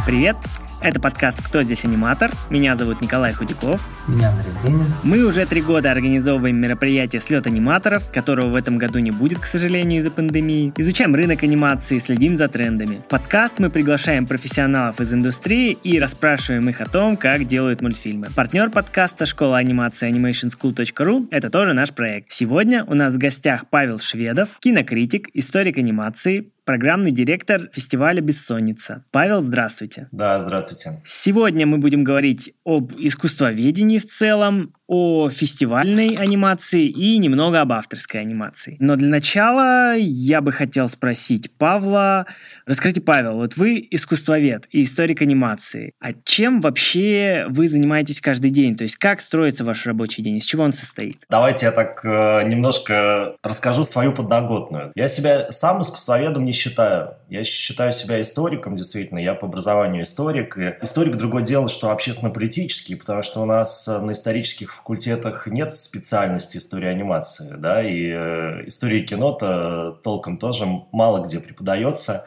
Привет! Это подкаст «Кто здесь аниматор?». Меня зовут Николай Худяков. Меня Андрей Ленин. Мы уже 3 года организовываем мероприятие «Слет аниматоров», которого в этом году не будет, к сожалению, из-за пандемии. Изучаем рынок анимации, следим за трендами. В подкаст мы приглашаем профессионалов из индустрии и расспрашиваем их о том, как делают мультфильмы. Партнер подкаста «Школа анимации animationschool.ru» — это тоже наш проект. Сегодня у нас в гостях Павел Шведов, кинокритик, историк анимации, программный директор фестиваля «Бессонница». Павел, здравствуйте. Да, здравствуйте. Сегодня мы будем говорить об искусствоведении в целом, о фестивальной анимации и немного об авторской анимации. Но для начала я бы хотел спросить Павла. Расскажите, Павел, вот вы искусствовед и историк анимации. А чем вообще вы занимаетесь каждый день? То есть как строится ваш рабочий день? Из чего он состоит? Давайте я так немножко расскажу свою подноготную. Я себя сам искусствоведом не считаю. Я считаю себя историком, действительно. Я по образованию историк. И историк — другое дело, что общественно-политический, потому что у нас на исторических факультетах нет специальности истории анимации, да, и история кино-то толком тоже мало где преподается.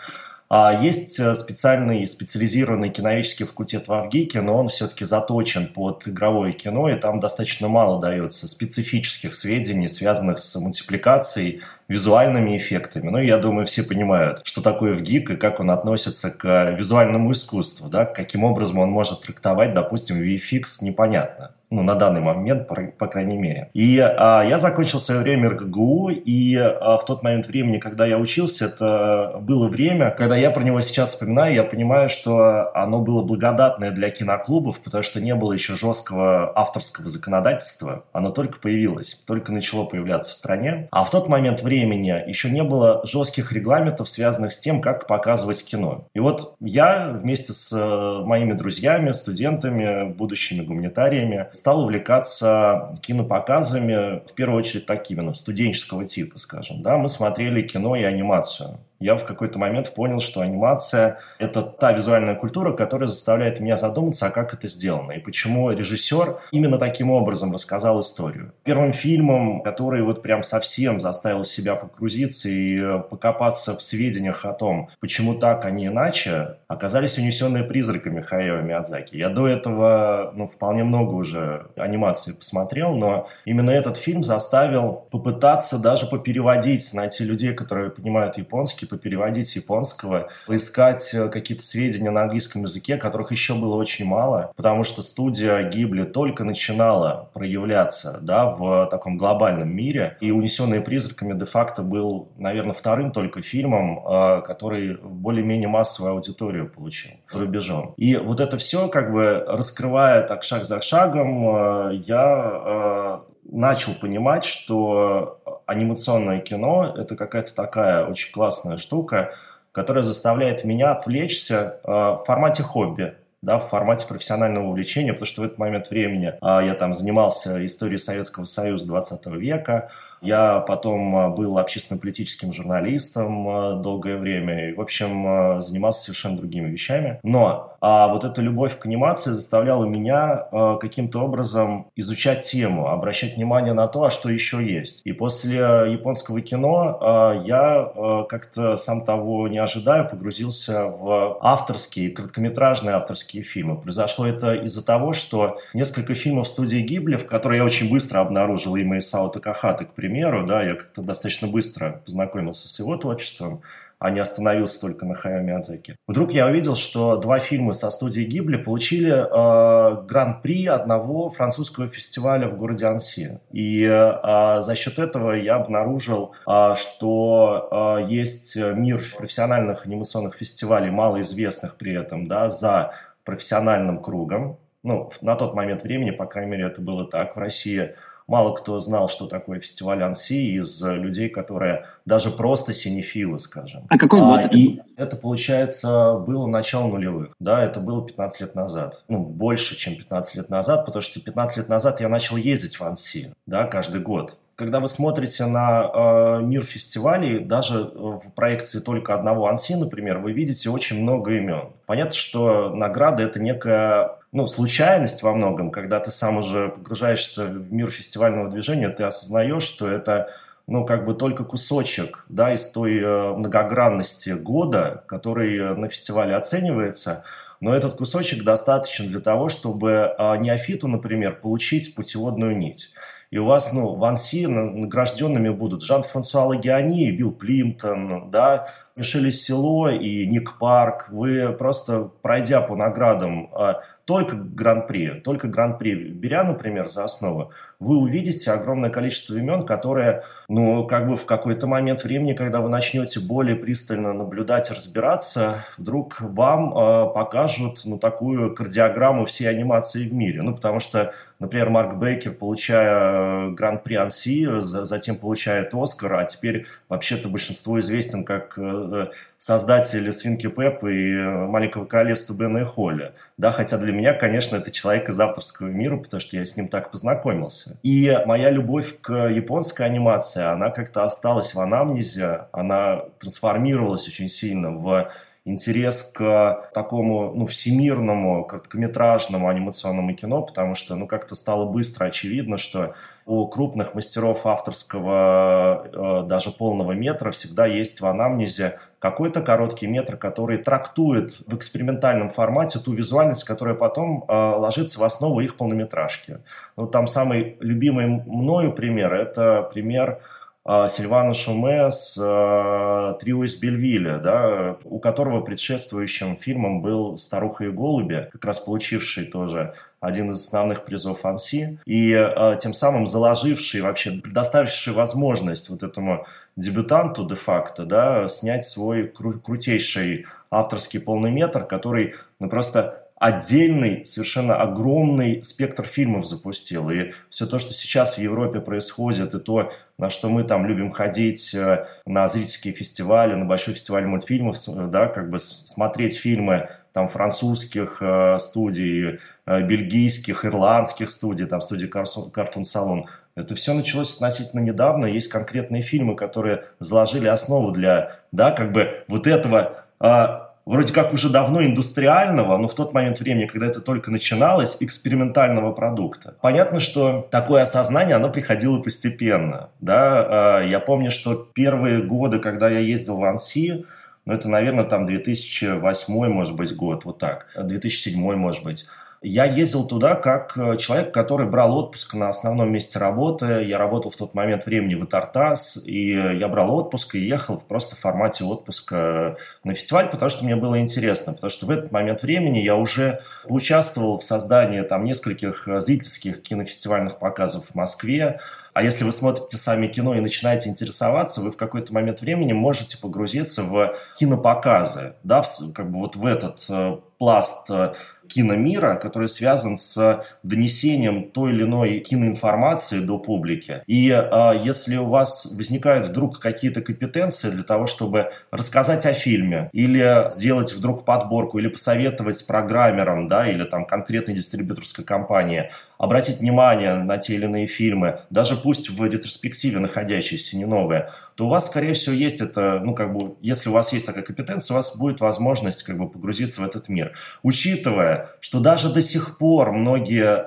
Есть специальный специализированный киноведческий факультет в ВГИКе, но он все-таки заточен под игровое кино, и там достаточно мало дается специфических сведений, связанных с мультипликацией, визуальными эффектами. Ну, я думаю, все понимают, что такое ВГИК и как он относится к визуальному искусству, да, каким образом он может трактовать, допустим, VFX, непонятно. Ну, на данный момент, по крайней мере. И я закончил в свое время РГГУ, и в тот момент времени, когда я учился, это было время, когда я про него сейчас вспоминаю, я понимаю, что оно было благодатное для киноклубов, потому что не было еще жесткого авторского законодательства. Оно только появилось, только начало появляться в стране. А в тот момент времени еще не было жестких регламентов, связанных с тем, как показывать кино. И вот я вместе с моими друзьями, студентами, будущими гуманитариями стал увлекаться кинопоказами, в первую очередь такими, студенческого типа, скажем. Да, мы смотрели кино и анимацию. Я в какой-то момент понял, что анимация – это та визуальная культура, которая заставляет меня задуматься, а как это сделано, и почему режиссер именно таким образом рассказал историю. Первым фильмом, который вот прям совсем заставил себя погрузиться и покопаться в сведениях о том, почему так, а не иначе, оказались «Унесенные призраками» Хаяо Миядзаки. Я до этого, вполне много уже анимации посмотрел, но именно этот фильм заставил попытаться даже попереводить, найти людей, которые понимают японский, попереводить с японского, поискать какие-то сведения на английском языке, которых еще было очень мало, потому что студия Гибли только начинала проявляться, да, в таком глобальном мире, и «Унесенные призраками» де-факто был, наверное, вторым только фильмом, который более-менее массовую аудиторию получил за рубежом. И вот это все, раскрывая так шаг за шагом, я начал понимать, что анимационное кино – это какая-то такая очень классная штука, которая заставляет меня отвлечься в формате хобби, да, в формате профессионального увлечения, потому что в этот момент времени я там занимался историей Советского Союза 20 века, я потом был общественно-политическим журналистом долгое время и, в общем, занимался совершенно другими вещами. Но вот эта любовь к анимации заставляла меня каким-то образом изучать тему, обращать внимание на то, что еще есть. И после японского кино я как-то, сам того не ожидая, погрузился в авторские, короткометражные авторские фильмы. Произошло это из-за того, что несколько фильмов студии Гибли, в которые я очень быстро обнаружил имя Исао Такахаты, к примеру, да, я как-то достаточно быстро познакомился с его творчеством, а не остановился только на Хаяо Миядзаки. Вдруг я увидел, что 2 фильма со студии Гибли получили гран-при одного французского фестиваля в городе Анси. И за счет этого я обнаружил, что есть мир профессиональных анимационных фестивалей, малоизвестных при этом, да, за профессиональным кругом. На тот момент времени, по крайней мере, это было так. В России мало кто знал, что такое фестиваль Анси из людей, которые даже просто синефилы, скажем. А какой год это? И это, получается, было начало нулевых. Да, это было 15 лет назад. Больше, чем 15 лет назад, потому что 15 лет назад я начал ездить в Анси, да, каждый год. Когда вы смотрите на мир фестивалей, даже в проекции только одного Анси, например, вы видите очень много имен. Понятно, что награда – это некая случайность во многом, когда ты сам уже погружаешься в мир фестивального движения, ты осознаешь, что это только кусочек, да, из той многогранности года, который на фестивале оценивается. но этот кусочек достаточен для того, чтобы неофиту, например, получить путеводную нить. И у вас, в Анси награжденными будут Жан-Франсуа Лагиани и Билл Плимптон, да, Мишель Село и Ник Парк. Вы просто, пройдя по наградам только Гран-при, беря, например, за основу, вы увидите огромное количество имен, которые, в какой-то момент времени, когда вы начнете более пристально наблюдать и разбираться, вдруг вам покажут, такую кардиограмму всей анимации в мире. Потому что, например, Марк Бейкер, получая Гран-при Анси, затем получает Оскар, а теперь вообще-то большинству известен как создатель «Свинки Пеппы» и «Маленького королевства» Бена и Холли. Да, хотя для меня, конечно, это человек из авторского мира, потому что я с ним так познакомился. И моя любовь к японской анимации, она как-то осталась в анамнезе, она трансформировалась очень сильно в интерес к такому, всемирному, короткометражному анимационному кино, потому что, как-то стало быстро очевидно, что у крупных мастеров авторского, даже полного метра, всегда есть в анамнезе какой-то короткий метр, который трактует в экспериментальном формате ту визуальность, которая потом ложится в основу их полнометражки. Там самый любимый мною пример – это пример Сильвана Шуме с «Трио из Бельвилля», да, у которого предшествующим фильмом был «Старуха и голуби», как раз получивший тоже один из основных призов Анси, и тем самым заложивший, вообще предоставивший возможность вот этому дебютанту де-факто, да, снять свой крутейший авторский полный метр, который, просто отдельный, совершенно огромный спектр фильмов запустил. И все то, что сейчас в Европе происходит, и то, на что мы там любим ходить на зрительские фестивали, на большой фестиваль мультфильмов, да, смотреть фильмы там французских студий, бельгийских, ирландских студий, там студии Cartoon Salon. Это все началось относительно недавно. Есть конкретные фильмы, которые заложили основу для, вот этого вроде как уже давно индустриального, но в тот момент времени, когда это только начиналось, экспериментального продукта. Понятно, что такое осознание, оно приходило постепенно. Да? Я помню, что первые годы, когда я ездил в Анси, это, наверное, там 2008, может быть, год, 2007, может быть. Я ездил туда как человек, который брал отпуск на основном месте работы. Я работал в тот момент времени в Итартас, и я брал отпуск и ехал просто в формате отпуска на фестиваль, потому что мне было интересно. Потому что в этот момент времени я уже участвовал в создании там нескольких зрительских кинофестивальных показов в Москве. А если вы смотрите сами кино и начинаете интересоваться, вы в какой-то момент времени можете погрузиться в кинопоказы, да, в этот пласт киномира, который связан с донесением той или иной киноинформации до публики. И если у вас возникают вдруг какие-то компетенции для того, чтобы рассказать о фильме, или сделать вдруг подборку, или посоветовать программерам, да, или там конкретной дистрибьюторской компании, обратить внимание на те или иные фильмы, даже пусть в ретроспективе находящиеся, не новые, то у вас, скорее всего, есть это, если у вас есть такая компетенция, у вас будет возможность погрузиться в этот мир. Учитывая, что даже до сих пор многие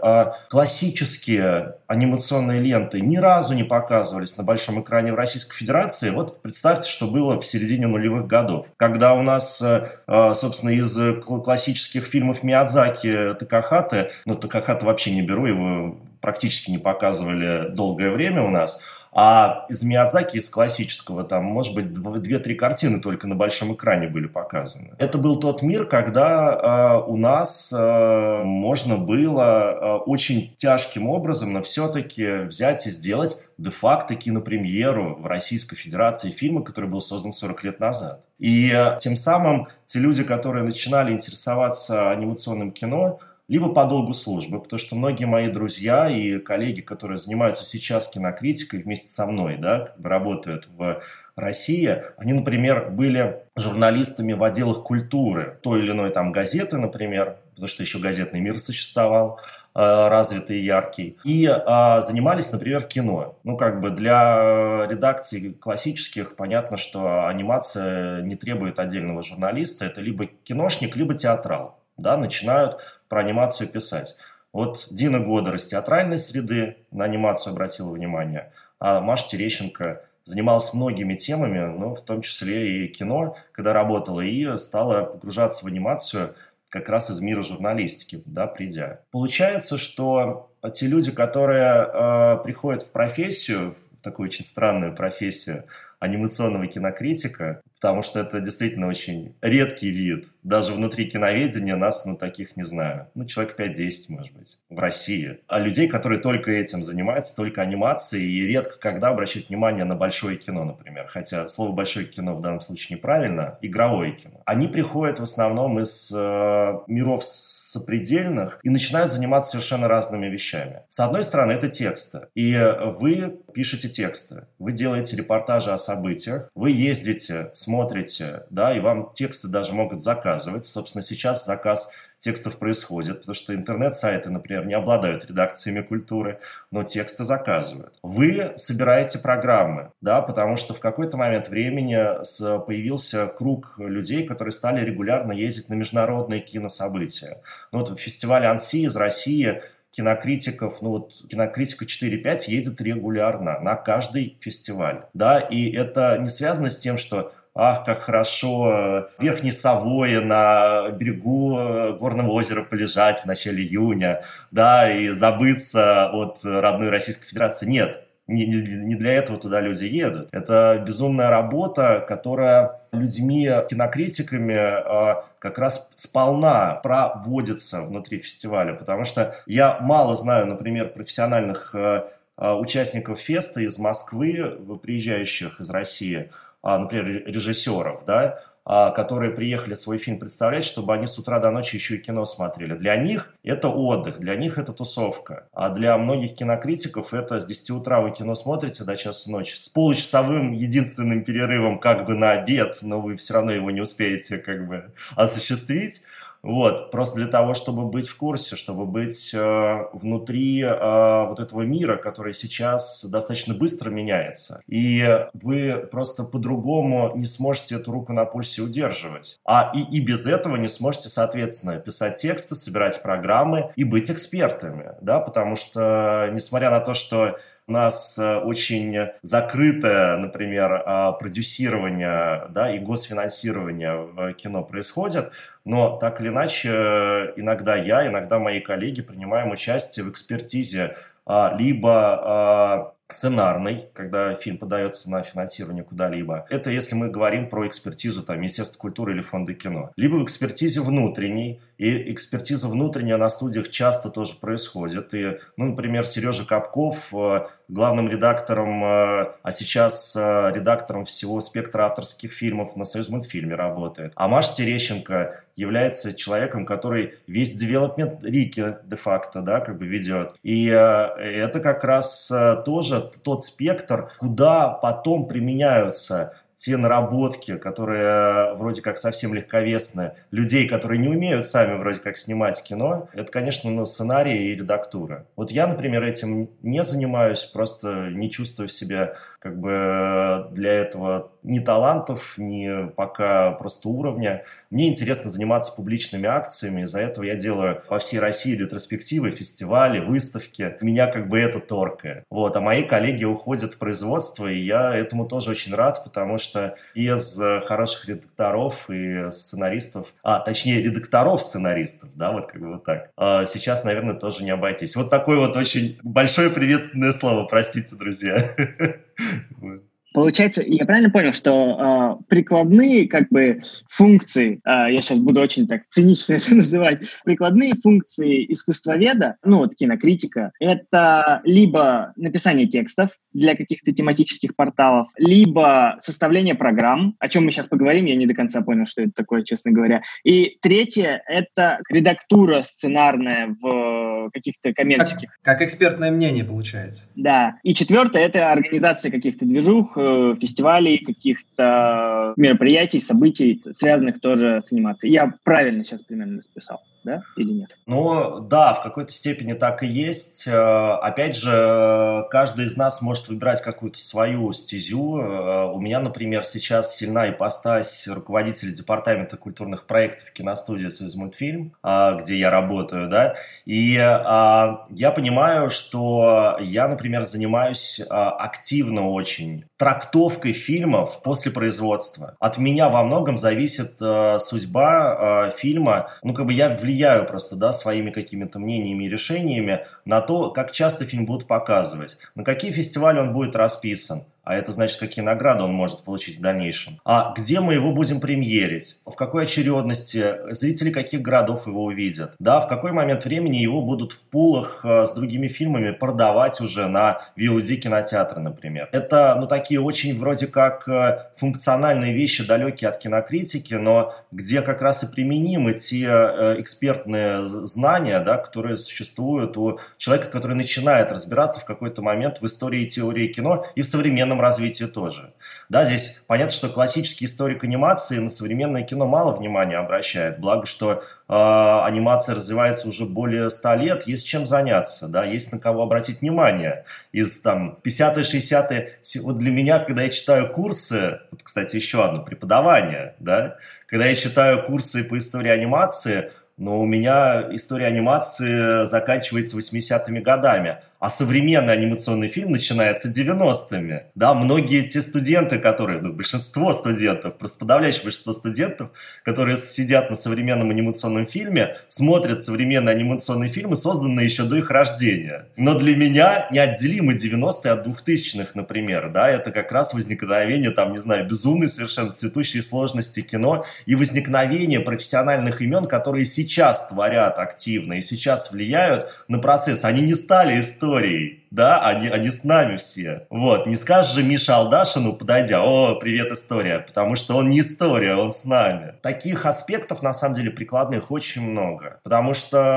классические анимационные ленты ни разу не показывались на большом экране в Российской Федерации, вот представьте, что было в середине нулевых годов, когда у нас, собственно, из классических фильмов Миядзаки Такахаты, Такахата вообще не беру, его практически не показывали долгое время у нас, а из Миядзаки, из классического, там, может быть, 2-3 картины только на большом экране были показаны. Это был тот мир, когда у нас можно было очень тяжким образом, но все-таки взять и сделать де-факто кинопремьеру в Российской Федерации фильма, который был создан 40 лет назад. И тем самым те люди, которые начинали интересоваться анимационным кино, либо по долгу службы, потому что многие мои друзья и коллеги, которые занимаются сейчас кинокритикой вместе со мной, да, работают в России, они, например, были журналистами в отделах культуры той или иной там газеты, например, потому что еще газетный мир существовал, развитый и яркий, и занимались, например, кино. Для редакций классических понятно, что анимация не требует отдельного журналиста, это либо киношник, либо театрал, да, начинают про анимацию писать. Вот Дина Годер из театральной среды на анимацию обратила внимание, а Маша Терещенко занималась многими темами, в том числе и кино, когда работала, и стала погружаться в анимацию как раз из мира журналистики, да, придя. Получается, что те люди, которые приходят в профессию, в такую очень странную профессию анимационного кинокритика, потому что это действительно очень редкий вид. Даже внутри киноведения нас, таких не знаю. Человек 5-10, может быть, в России. А людей, которые только этим занимаются, только анимацией, и редко когда обращают внимание на большое кино, например. Хотя слово «большое кино» в данном случае неправильно, игровое кино. Они приходят в основном из миров сопредельных и начинают заниматься совершенно разными вещами. С одной стороны, это тексты. И вы пишете тексты, вы делаете репортажи о событиях, вы ездите, смотрите, да, и вам тексты даже могут заказывать. Собственно, сейчас заказ текстов происходит, потому что интернет-сайты, например, не обладают редакциями культуры, но тексты заказывают. Вы собираете программы, да, потому что в какой-то момент времени появился круг людей, которые стали регулярно ездить на международные кинособытия. Фестиваль Анси из России кинокритиков, кинокритика 4-5 едет регулярно на каждый фестиваль, да, и это не связано с тем, что ах, как хорошо в Верхней Савое на берегу Горного озера полежать в начале июня, да, и забыться от родной Российской Федерации. Нет, не для этого туда люди едут. Это безумная работа, которая людьми, кинокритиками как раз сполна проводится внутри фестиваля, потому что я мало знаю, например, профессиональных участников феста из Москвы, приезжающих из России, например, режиссеров, да, которые приехали свой фильм представлять, чтобы они с утра до ночи еще и кино смотрели. Для них это отдых, для них это тусовка. А для многих кинокритиков это с 10 утра вы кино смотрите до часу ночи. С получасовым единственным перерывом как бы на обед, но вы все равно его не успеете как бы осуществить. Просто для того, чтобы быть в курсе, чтобы быть внутри вот этого мира, который сейчас достаточно быстро меняется. И вы просто по-другому не сможете эту руку на пульсе удерживать. И без этого не сможете, соответственно, писать тексты, собирать программы и быть экспертами, да, потому что, несмотря на то, что у нас очень закрытое, например, продюсирование, да, и госфинансирование в кино происходит, но так или иначе иногда я, иногда мои коллеги принимаем участие в экспертизе либо сценарной, когда фильм подается на финансирование куда-либо. Это если мы говорим про экспертизу Министерства культуры или Фонда кино. Либо в экспертизе внутренней. И экспертиза внутренняя на студиях часто тоже происходит. И, например, Сережа Капков главным редактором, а сейчас редактором всего спектра авторских фильмов на Союзмультфильме работает. А Маша Терещенко является человеком, который весь девелопмент Рики де-факто, да, как бы ведет. И это как раз тоже тот спектр, куда потом применяются те наработки, которые вроде как совсем легковесны, людей, которые не умеют сами вроде как снимать кино, это, конечно, сценарий и редактура. Я, например, этим не занимаюсь, просто не чувствую в себе как бы для этого ни талантов, ни пока просто уровня. Мне интересно заниматься публичными акциями, из-за этого я делаю по всей России ретроспективы, фестивали, выставки. Меня как бы это торкает. А мои коллеги уходят в производство, и я этому тоже очень рад, потому что без хороших редакторов и сценаристов, точнее редакторов-сценаристов, да, так, сейчас, наверное, тоже не обойтись. Такое очень большое приветственное слово, простите, друзья. Получается, я правильно понял, что прикладные функции, я сейчас буду очень так цинично это называть, прикладные функции искусствоведа, кинокритика, это либо написание текстов для каких-то тематических порталов, либо составление программ, о чем мы сейчас поговорим, я не до конца понял, что это такое, честно говоря. И третье — это редактура сценарная в каких-то коммерческих... Как экспертное мнение получается. Да. И четвертое — это организация каких-то движух, фестивалей, каких-то мероприятий, событий, связанных тоже с анимацией. Я правильно сейчас примерно списал, да, или нет? Да, в какой-то степени так и есть. Опять же, каждый из нас может выбирать какую-то свою стезю. У меня, например, сейчас сильна ипостась руководителя департамента культурных проектов киностудии «Союзмультфильм», где я работаю, да, и я понимаю, что я, например, занимаюсь активно очень трактовкой фильмов после производства. От меня во многом зависит судьба фильма. Я влияю просто, своими какими-то мнениями и решениями на то, как часто фильм будут показывать, на какие фестивали он будет расписан. А это значит, какие награды он может получить в дальнейшем. А где мы его будем премьерить? В какой очередности? Зрители каких городов его увидят? В какой момент времени его будут в пулах с другими фильмами продавать уже на VOD кинотеатры, например. Это, такие очень вроде как функциональные вещи, далекие от кинокритики, но где как раз и применимы те экспертные знания, которые существуют у человека, который начинает разбираться в какой-то момент в истории и теории кино и в современном развитии тоже. Здесь понятно, что классический историк анимации на современное кино мало внимания обращает, благо, что анимация развивается уже более 100 лет, есть чем заняться, есть на кого обратить внимание. Из 50-е, 60-е, для меня, когда я читаю курсы, кстати, еще одно преподавание, когда я читаю курсы по истории анимации, но у меня история анимации заканчивается 80-ми годами, а современный анимационный фильм начинается 90-ми. Многие те студенты, которые, большинство студентов, просто подавляющее большинство студентов, которые сидят на современном анимационном фильме, смотрят современные анимационные фильмы, созданные еще до их рождения. Но для меня неотделимы 90-е от 2000-х, например. Это как раз возникновение, безумной совершенно цветущей сложности кино и возникновение профессиональных имен, которые сейчас творят активно и сейчас влияют на процесс. Они не стали историей. Они с нами все. Не скажешь же Мише Алдашину, подойдя: «О, привет, история», потому что он не история, он с нами. Таких аспектов, на самом деле, прикладных очень много. Потому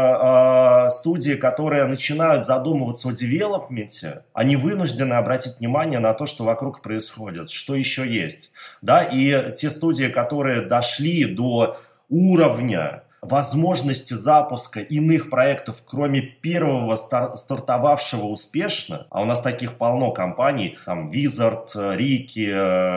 что студии, которые начинают задумываться о девелопменте, они вынуждены обратить внимание на то, что вокруг происходит, что еще есть. И те студии, которые дошли до уровня возможности запуска иных проектов, кроме первого стартовавшего успешно, а у нас таких полно компаний, Wizard, Рики,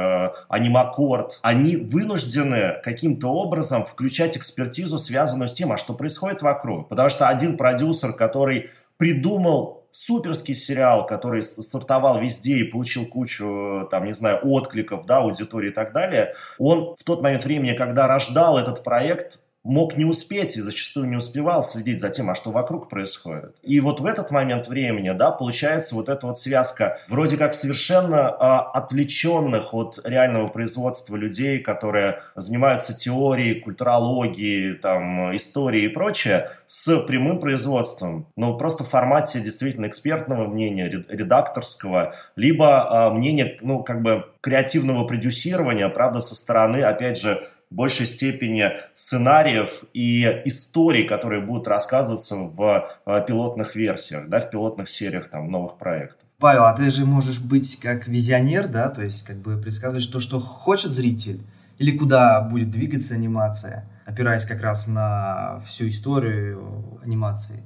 Анимакорд, они вынуждены каким-то образом включать экспертизу, связанную с тем, что происходит вокруг. Потому что один продюсер, который придумал суперский сериал, который стартовал везде и получил кучу, откликов, аудитории и так далее, он в тот момент времени, когда рождал этот проект, мог не успеть и зачастую не успевал следить за тем, что вокруг происходит. И в этот момент времени, получается эта связка вроде как совершенно отвлеченных от реального производства людей, которые занимаются теорией, культурологией, историей и прочее, с прямым производством, но просто в формате действительно экспертного мнения, редакторского, либо мнения, креативного продюсирования, правда, со стороны, опять же, в большей степени сценариев и историй, которые будут рассказываться в пилотных версиях, в пилотных сериях новых проектов. Павел, а ты же можешь быть как визионер, то есть предсказывать то, что хочет зритель, или куда будет двигаться анимация, опираясь как раз на всю историю анимации.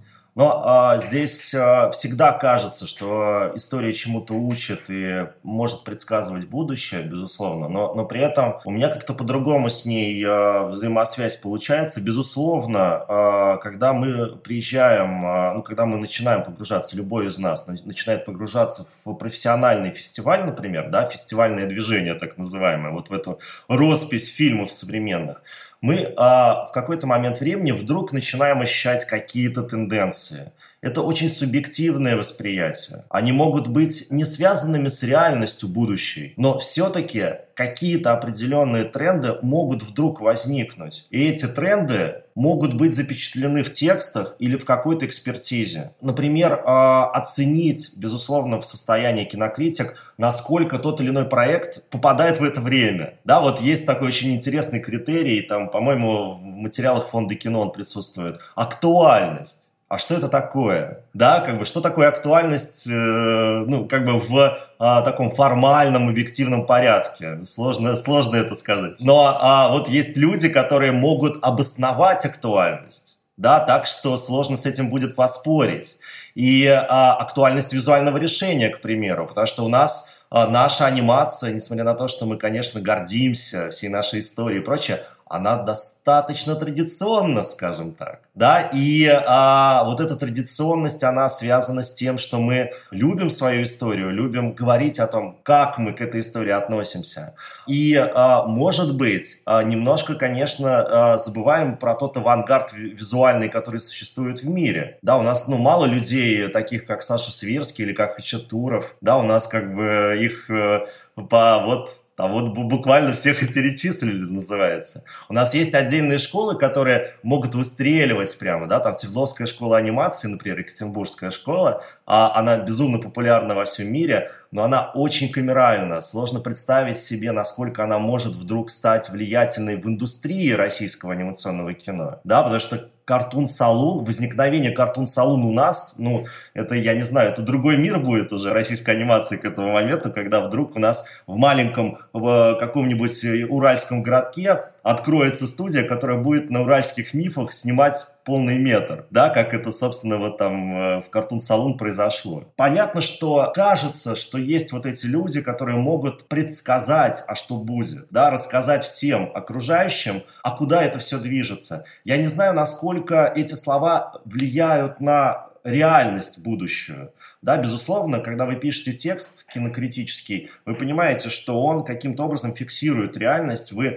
Но здесь всегда кажется, что история чему-то учит и может предсказывать будущее, безусловно, но при этом у меня как-то по-другому с ней взаимосвязь получается. Безусловно, когда мы приезжаем, когда мы начинаем погружаться, любой из нас начинает погружаться в профессиональный фестиваль, например, фестивальное движение так называемое, в эту роспись фильмов современных, мы в какой-то момент времени вдруг начинаем ощущать какие-то тенденции. Это очень субъективное восприятие. Они могут быть не связанными с реальностью будущей, но все-таки какие-то определенные тренды могут вдруг возникнуть. И эти тренды могут быть запечатлены в текстах или в какой-то экспертизе. Например, оценить, безусловно, в состоянии кинокритик, насколько тот или иной проект попадает в это время. Есть такой очень интересный критерий, по-моему, в материалах Фонда кино он присутствует. Актуальность. А что это такое? Что такое актуальность, в таком формальном, объективном порядке? Сложно это сказать. Но есть люди, которые могут обосновать актуальность. Так что сложно с этим будет поспорить. И актуальность визуального решения, к примеру, потому что у нас наша анимация, несмотря на то, что мы, конечно, гордимся всей нашей историей и прочее, она достаточно традиционна, скажем так. да, и вот эта традиционность, она связана с тем, что мы любим свою историю, любим говорить о том, как мы к этой истории относимся. И, может быть, немножко, конечно, забываем про тот авангард визуальный, который существует в мире. Да, у нас, мало людей, таких как Саша Свирский или как Хачатуров, да, у нас как бы их буквально всех и перечислили, называется. У нас есть отдельные школы, которые могут выстреливать прямо, да, там Свердловская школа анимации, например, Екатеринбургская школа, она безумно популярна во всем мире, но она очень камеральна. Сложно представить себе, насколько она может вдруг стать влиятельной в индустрии российского анимационного кино, да, потому что Картун-салун, возникновение Картун-салун у нас, это, я не знаю, это другой мир будет уже российской анимации к этому моменту, когда вдруг у нас в маленьком каком-нибудь уральском городке откроется студия, которая будет на уральских мифах снимать полный метр, да, как это, собственно, вот там в Картун-салун произошло. Понятно, что кажется, что есть вот эти люди, которые могут предсказать, что будет, да, рассказать всем окружающим, куда это все движется. Я не знаю, насколько эти слова влияют на реальность будущую. Да, безусловно, когда вы пишете текст кинокритический, вы понимаете, что он каким-то образом фиксирует реальность. Вы,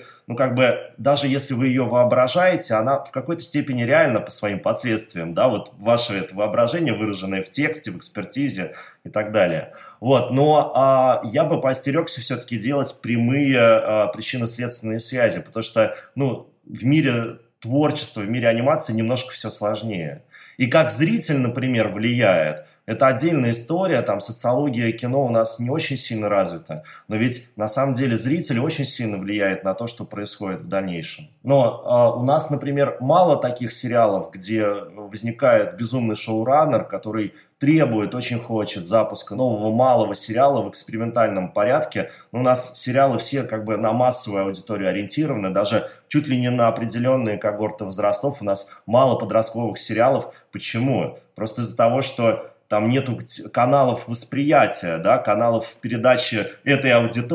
даже если вы ее воображаете, она в какой-то степени реальна по своим последствиям. Да, вот ваше это воображение, выраженное в тексте, в экспертизе и так далее. Вот, но я бы поостерегся все-таки делать прямые причинно-следственные связи, потому что, в мире творчества, в мире анимации немножко все сложнее. И как зритель, например, влияет, это отдельная история, там социология кино у нас не очень сильно развита, но ведь на самом деле зритель очень сильно влияет на то, что происходит в дальнейшем. Но у нас, например, мало таких сериалов, где возникает безумный шоураннер, который требует, очень хочет запуска нового малого сериала в экспериментальном порядке. Но у нас сериалы все на массовую аудиторию ориентированы, даже чуть ли не на определенные когорты возрастов. У нас мало подростковых сериалов. Почему? Просто из-за того, что там нету каналов восприятия, да, каналов передачи этой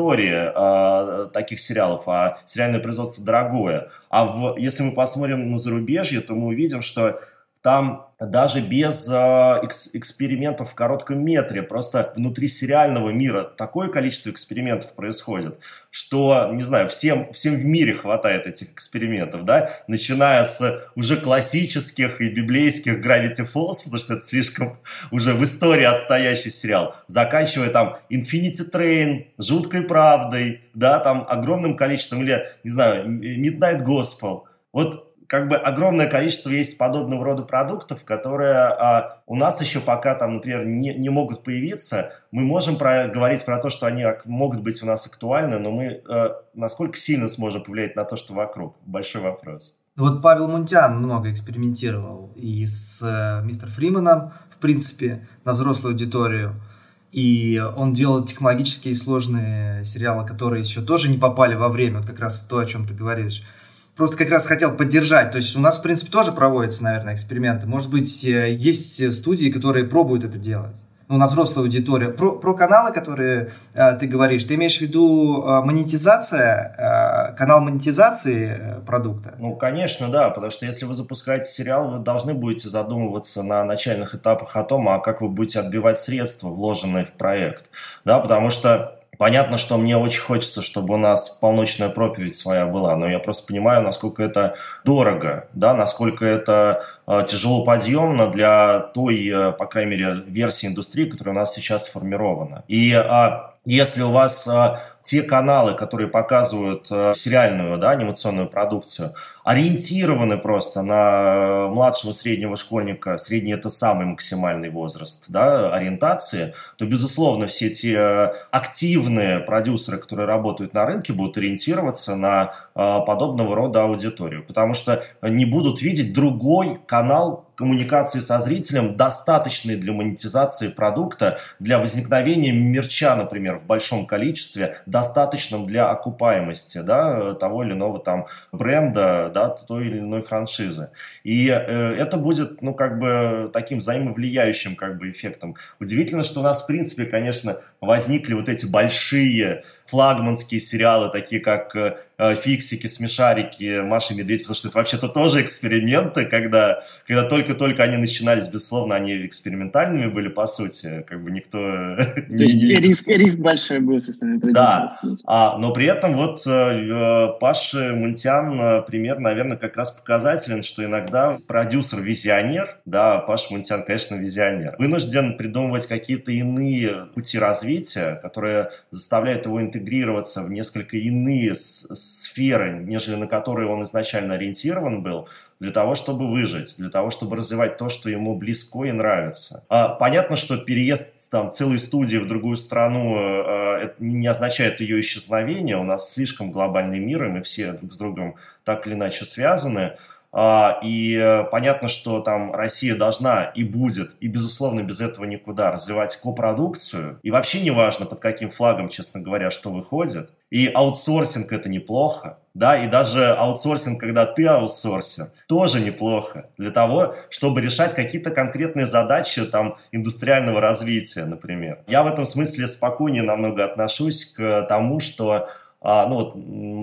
аудитории таких сериалов, а сериальное производство дорогое. Если мы посмотрим на зарубежье, то мы увидим, что там даже без экспериментов в коротком метре, просто внутри сериального мира такое количество экспериментов происходит, что, не знаю, всем в мире хватает этих экспериментов, да, начиная с уже классических и библейских Gravity Falls, потому что это слишком уже в истории отстоящий сериал, заканчивая там Infinity Train, Жуткой правдой, да, там огромным количеством, или, не знаю, Midnight Gospel. Вот огромное количество есть подобного рода продуктов, которые у нас еще пока там, например, не могут появиться. Мы можем говорить про то, что они могут быть у нас актуальны, но мы насколько сильно сможем повлиять на то, что вокруг? Большой вопрос. Вот Павел Мунтян много экспериментировал и с Мистер Фрименом, в принципе, на взрослую аудиторию. И он делал технологические сложные сериалы, которые еще тоже не попали во время, вот как раз то, о чем ты говоришь. Просто как раз хотел поддержать. То есть у нас, в принципе, тоже проводятся, наверное, эксперименты. Может быть, есть студии, которые пробуют это делать. На взрослую аудиторию. Про каналы, которые ты говоришь, ты имеешь в виду монетизация, канал монетизации продукта? Конечно, да, потому что если вы запускаете сериал, вы должны будете задумываться на начальных этапах о том, как вы будете отбивать средства, вложенные в проект. Да, потому что понятно, что мне очень хочется, чтобы у нас полночная проповедь своя была, но я просто понимаю, насколько это дорого, да, насколько это тяжело подъемно для той, по крайней мере, версии индустрии, которая у нас сейчас сформирована. И если у вас те каналы, которые показывают сериальную, да, анимационную продукцию, ориентированы просто на младшего среднего школьника, средний – это самый максимальный возраст, да, ориентации, то, безусловно, все те активные продюсеры, которые работают на рынке, будут ориентироваться на подобного рода аудиторию, потому что не будут видеть другой канал коммуникации со зрителем, достаточный для монетизации продукта, для возникновения мерча, например, в большом количестве, достаточным для окупаемости, да, того или иного там бренда, да, той или иной франшизы. И это будет, ну, как бы таким взаимовлияющим как бы эффектом. Удивительно, что у нас, в принципе, конечно, возникли вот эти большие флагманские сериалы, такие как «Фиксики», «Смешарики», «Маша и Медведь», потому что это вообще-то тоже эксперименты, когда только-только они начинались, безусловно, они экспериментальными были, по сути, как бы никто... То есть риск большой был со стороны продюсеров. Да, но при этом вот Паша Мунтян пример, наверное, как раз показателен, что иногда продюсер-визионер, да, Паша Мунтян, конечно, визионер, вынужден придумывать какие-то иные пути развития, которые заставляют его интегрироваться в несколько иные сферы, нежели на которые он изначально ориентирован был, для того, чтобы выжить, для того, чтобы развивать то, что ему близко и нравится. Понятно, что переезд там, целой студии в другую страну это не означает ее исчезновение. У нас слишком глобальный мир, и мы все друг с другом так или иначе связаны. И понятно, что там Россия должна и будет, и, безусловно, без этого никуда развивать копродукцию. И вообще не важно, под каким флагом, честно говоря, что выходит. И аутсорсинг – это неплохо. Да, и даже аутсорсинг, когда ты аутсорсер, тоже неплохо. Для того, чтобы решать какие-то конкретные задачи там, индустриального развития, например. Я в этом смысле спокойнее намного отношусь к тому, что ну, вот,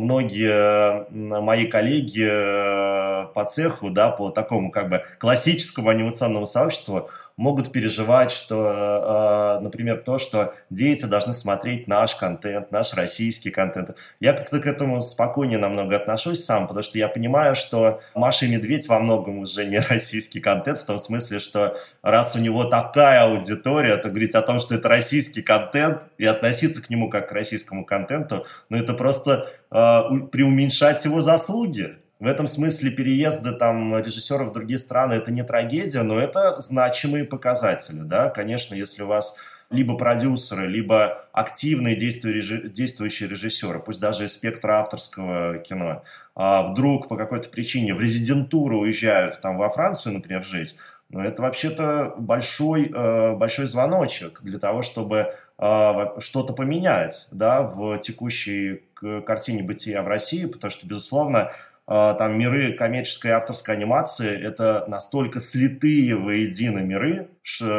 многие мои коллеги по цеху, да, по такому как бы классическому анимационному сообществу могут переживать, что, например, то, что дети должны смотреть наш контент, наш российский контент. Я как-то к этому спокойнее намного отношусь сам, потому что я понимаю, что Маша и Медведь во многом уже не российский контент, в том смысле, что раз у него такая аудитория, то говорить о том, что это российский контент и относиться к нему как к российскому контенту, ну это просто преуменьшать его заслуги. В этом смысле переезды там, режиссеров в другие страны – это не трагедия, но это значимые показатели. Да? Конечно, если у вас либо продюсеры, либо активные действующие режиссеры, пусть даже из спектра авторского кино, вдруг по какой-то причине в резидентуру уезжают там, во Францию, например, жить, но это вообще-то большой звоночек для того, чтобы что-то поменять, да, в текущей картине бытия в России, потому что, безусловно, там миры коммерческой и авторской анимации – это настолько слитые воедино миры,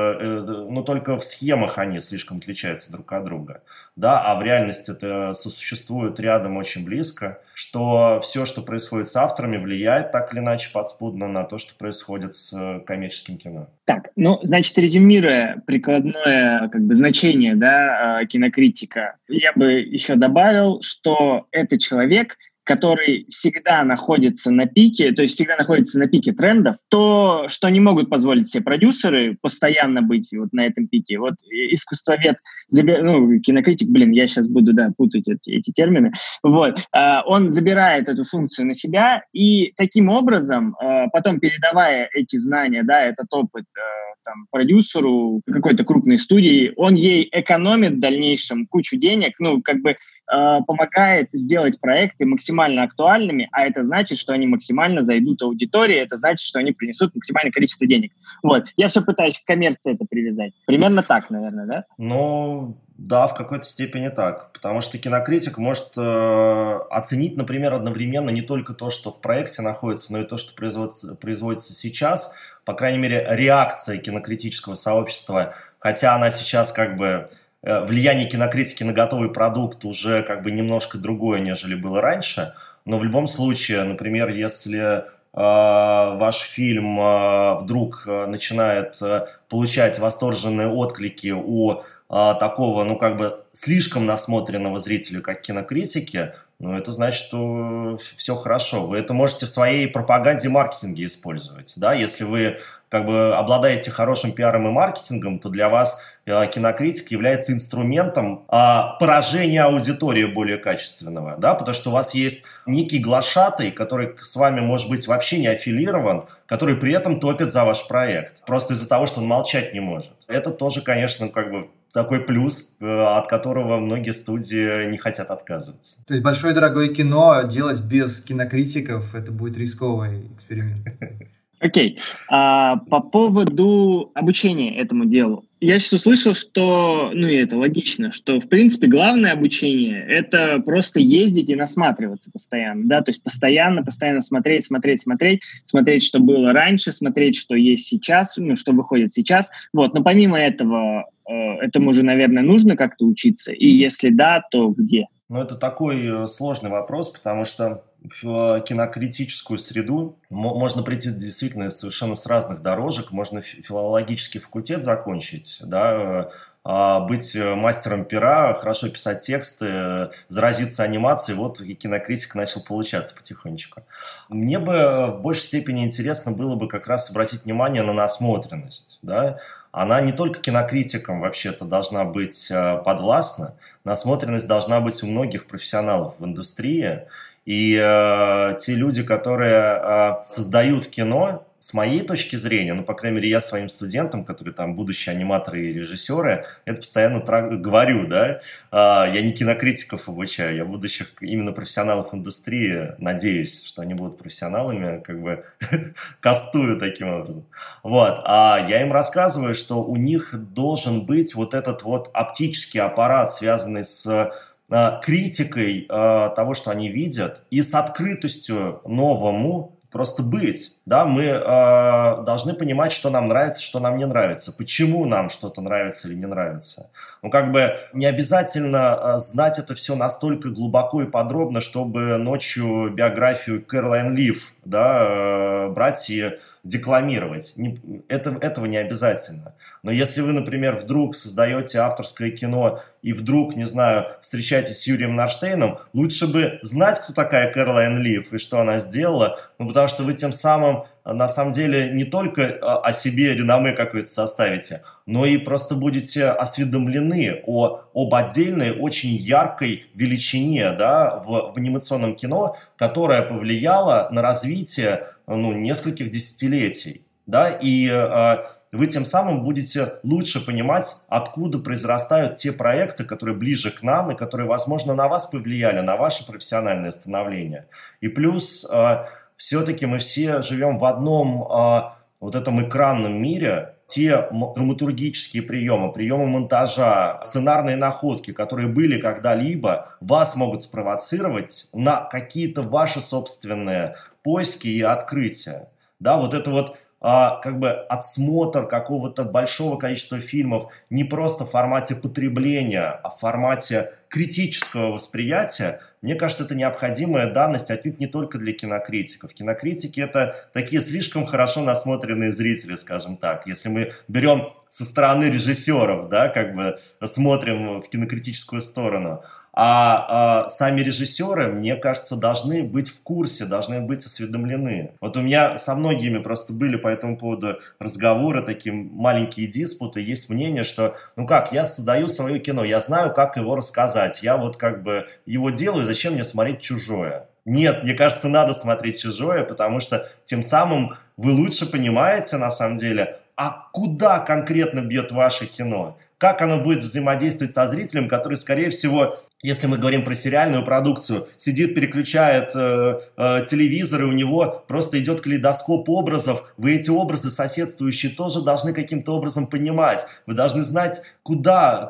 но только в схемах они слишком отличаются друг от друга. Да, а в реальности это сосуществует рядом очень близко, что все, что происходит с авторами, влияет так или иначе подспудно на то, что происходит с коммерческим кино. Так, ну, значит, резюмируя прикладное как бы значение, да, кинокритика, я бы еще добавил, что это человек, который всегда находится на пике, то есть всегда находится на пике трендов, то, что не могут позволить себе продюсеры постоянно быть вот на этом пике. Вот искусствовед, ну, кинокритик, я сейчас буду, да, путать эти термины, вот, он забирает эту функцию на себя и таким образом, потом передавая эти знания, да, этот опыт там, продюсеру какой-то крупной студии, он ей экономит в дальнейшем кучу денег, ну, как бы помогает сделать проекты максимально актуальными, а это значит, что они максимально зайдут аудитории, это значит, что они принесут максимальное количество денег. Вот. Я все пытаюсь к коммерции это привязать. Примерно так, наверное, да? Ну, да, в какой-то степени так. Потому что кинокритик может оценить, например, одновременно не только то, что в проекте находится, но и то, что производится сейчас. По крайней мере, реакция кинокритического сообщества, хотя она сейчас как бы... Влияние кинокритики на готовый продукт уже как бы немножко другое, нежели было раньше. Но в любом случае, например, если ваш фильм вдруг начинает получать восторженные отклики у такого, ну как бы слишком насмотренного зрителя, как кинокритики, ну это значит, что все хорошо. Вы это можете в своей пропаганде и маркетинге использовать. Да? Если вы как бы обладаете хорошим пиаром и маркетингом, то для вас кинокритик является инструментом поражения аудитории более качественного, да, потому что у вас есть некий глашатый, который с вами, может быть, вообще не аффилирован, который при этом топит за ваш проект, просто из-за того, что он молчать не может. Это тоже, конечно, как бы такой плюс, от которого многие студии не хотят отказываться. То есть большое дорогое кино делать без кинокритиков – это будет рисковый эксперимент. Окей. По поводу обучения этому делу. Я сейчас услышал, что, и это логично, что, в принципе, главное обучение – это просто ездить и насматриваться постоянно, да, то есть постоянно смотреть, что было раньше, смотреть, что есть сейчас, что выходит сейчас. Вот, но помимо этого, этому же, наверное, нужно как-то учиться, и если да, то где? Это такой сложный вопрос, потому что в кинокритическую среду можно прийти действительно совершенно с разных дорожек. Можно филологический факультет закончить, да, быть мастером пера, хорошо писать тексты, заразиться анимацией, вот и кинокритика начал получаться потихонечку. Мне бы в большей степени интересно было бы как раз обратить внимание на насмотренность, да. Она не только кинокритикам вообще-то должна быть подвластна, насмотренность должна быть у многих профессионалов в индустрии. И те люди, которые создают кино, с моей точки зрения, по крайней мере, я своим студентам, которые там будущие аниматоры и режиссеры, это постоянно говорю, да, я не кинокритиков обучаю, я будущих именно профессионалов индустрии, надеюсь, что они будут профессионалами, как бы кастую таким образом. Вот, а я им рассказываю, что у них должен быть вот этот вот оптический аппарат, связанный с критикой того, что они видят, и с открытостью новому просто быть. Да, мы должны понимать, что нам нравится, что нам не нравится, почему нам что-то нравится или не нравится. Не обязательно знать это все настолько глубоко и подробно, чтобы ночью биографию Кэролайн Лив, да, брать и декламировать. Этого не обязательно. Но если вы, например, вдруг создаете авторское кино и вдруг, не знаю, встречаетесь с Юрием Нарштейном, лучше бы знать, кто такая Кэролайн Лив и что она сделала, потому что вы тем самым, на самом деле, не только о себе реноме какое-то составите, но и просто будете осведомлены об отдельной, очень яркой величине, да, в анимационном кино, которая повлияла на развитие нескольких десятилетий, да, и вы тем самым будете лучше понимать, откуда произрастают те проекты, которые ближе к нам и которые, возможно, на вас повлияли, на ваше профессиональное становление. И плюс, все-таки мы все живем в одном вот этом экранном мире. Те драматургические приемы монтажа, сценарные находки, которые были когда-либо, вас могут спровоцировать на какие-то ваши собственные поиски и открытия. Да, вот это вот отсмотр какого-то большого количества фильмов не просто в формате потребления, а в формате критического восприятия, мне кажется, это необходимая данность отнюдь не только для кинокритиков. Кинокритики — это такие слишком хорошо насмотренные зрители, скажем так. Если мы берем со стороны режиссеров, да, смотрим в кинокритическую сторону, а сами режиссеры, мне кажется, должны быть в курсе, должны быть осведомлены. Вот у меня со многими просто были по этому поводу разговоры, такие маленькие диспуты. Есть мнение, что, я создаю свое кино, я знаю, как его рассказать. Я его делаю, зачем мне смотреть чужое? Нет, мне кажется, надо смотреть чужое, потому что тем самым вы лучше понимаете, на самом деле, а куда конкретно бьет ваше кино? Как оно будет взаимодействовать со зрителем, который, скорее всего, если мы говорим про сериальную продукцию, сидит, переключает телевизор, и у него просто идет калейдоскоп образов. Вы эти образы соседствующие тоже должны каким-то образом понимать. Вы должны знать, куда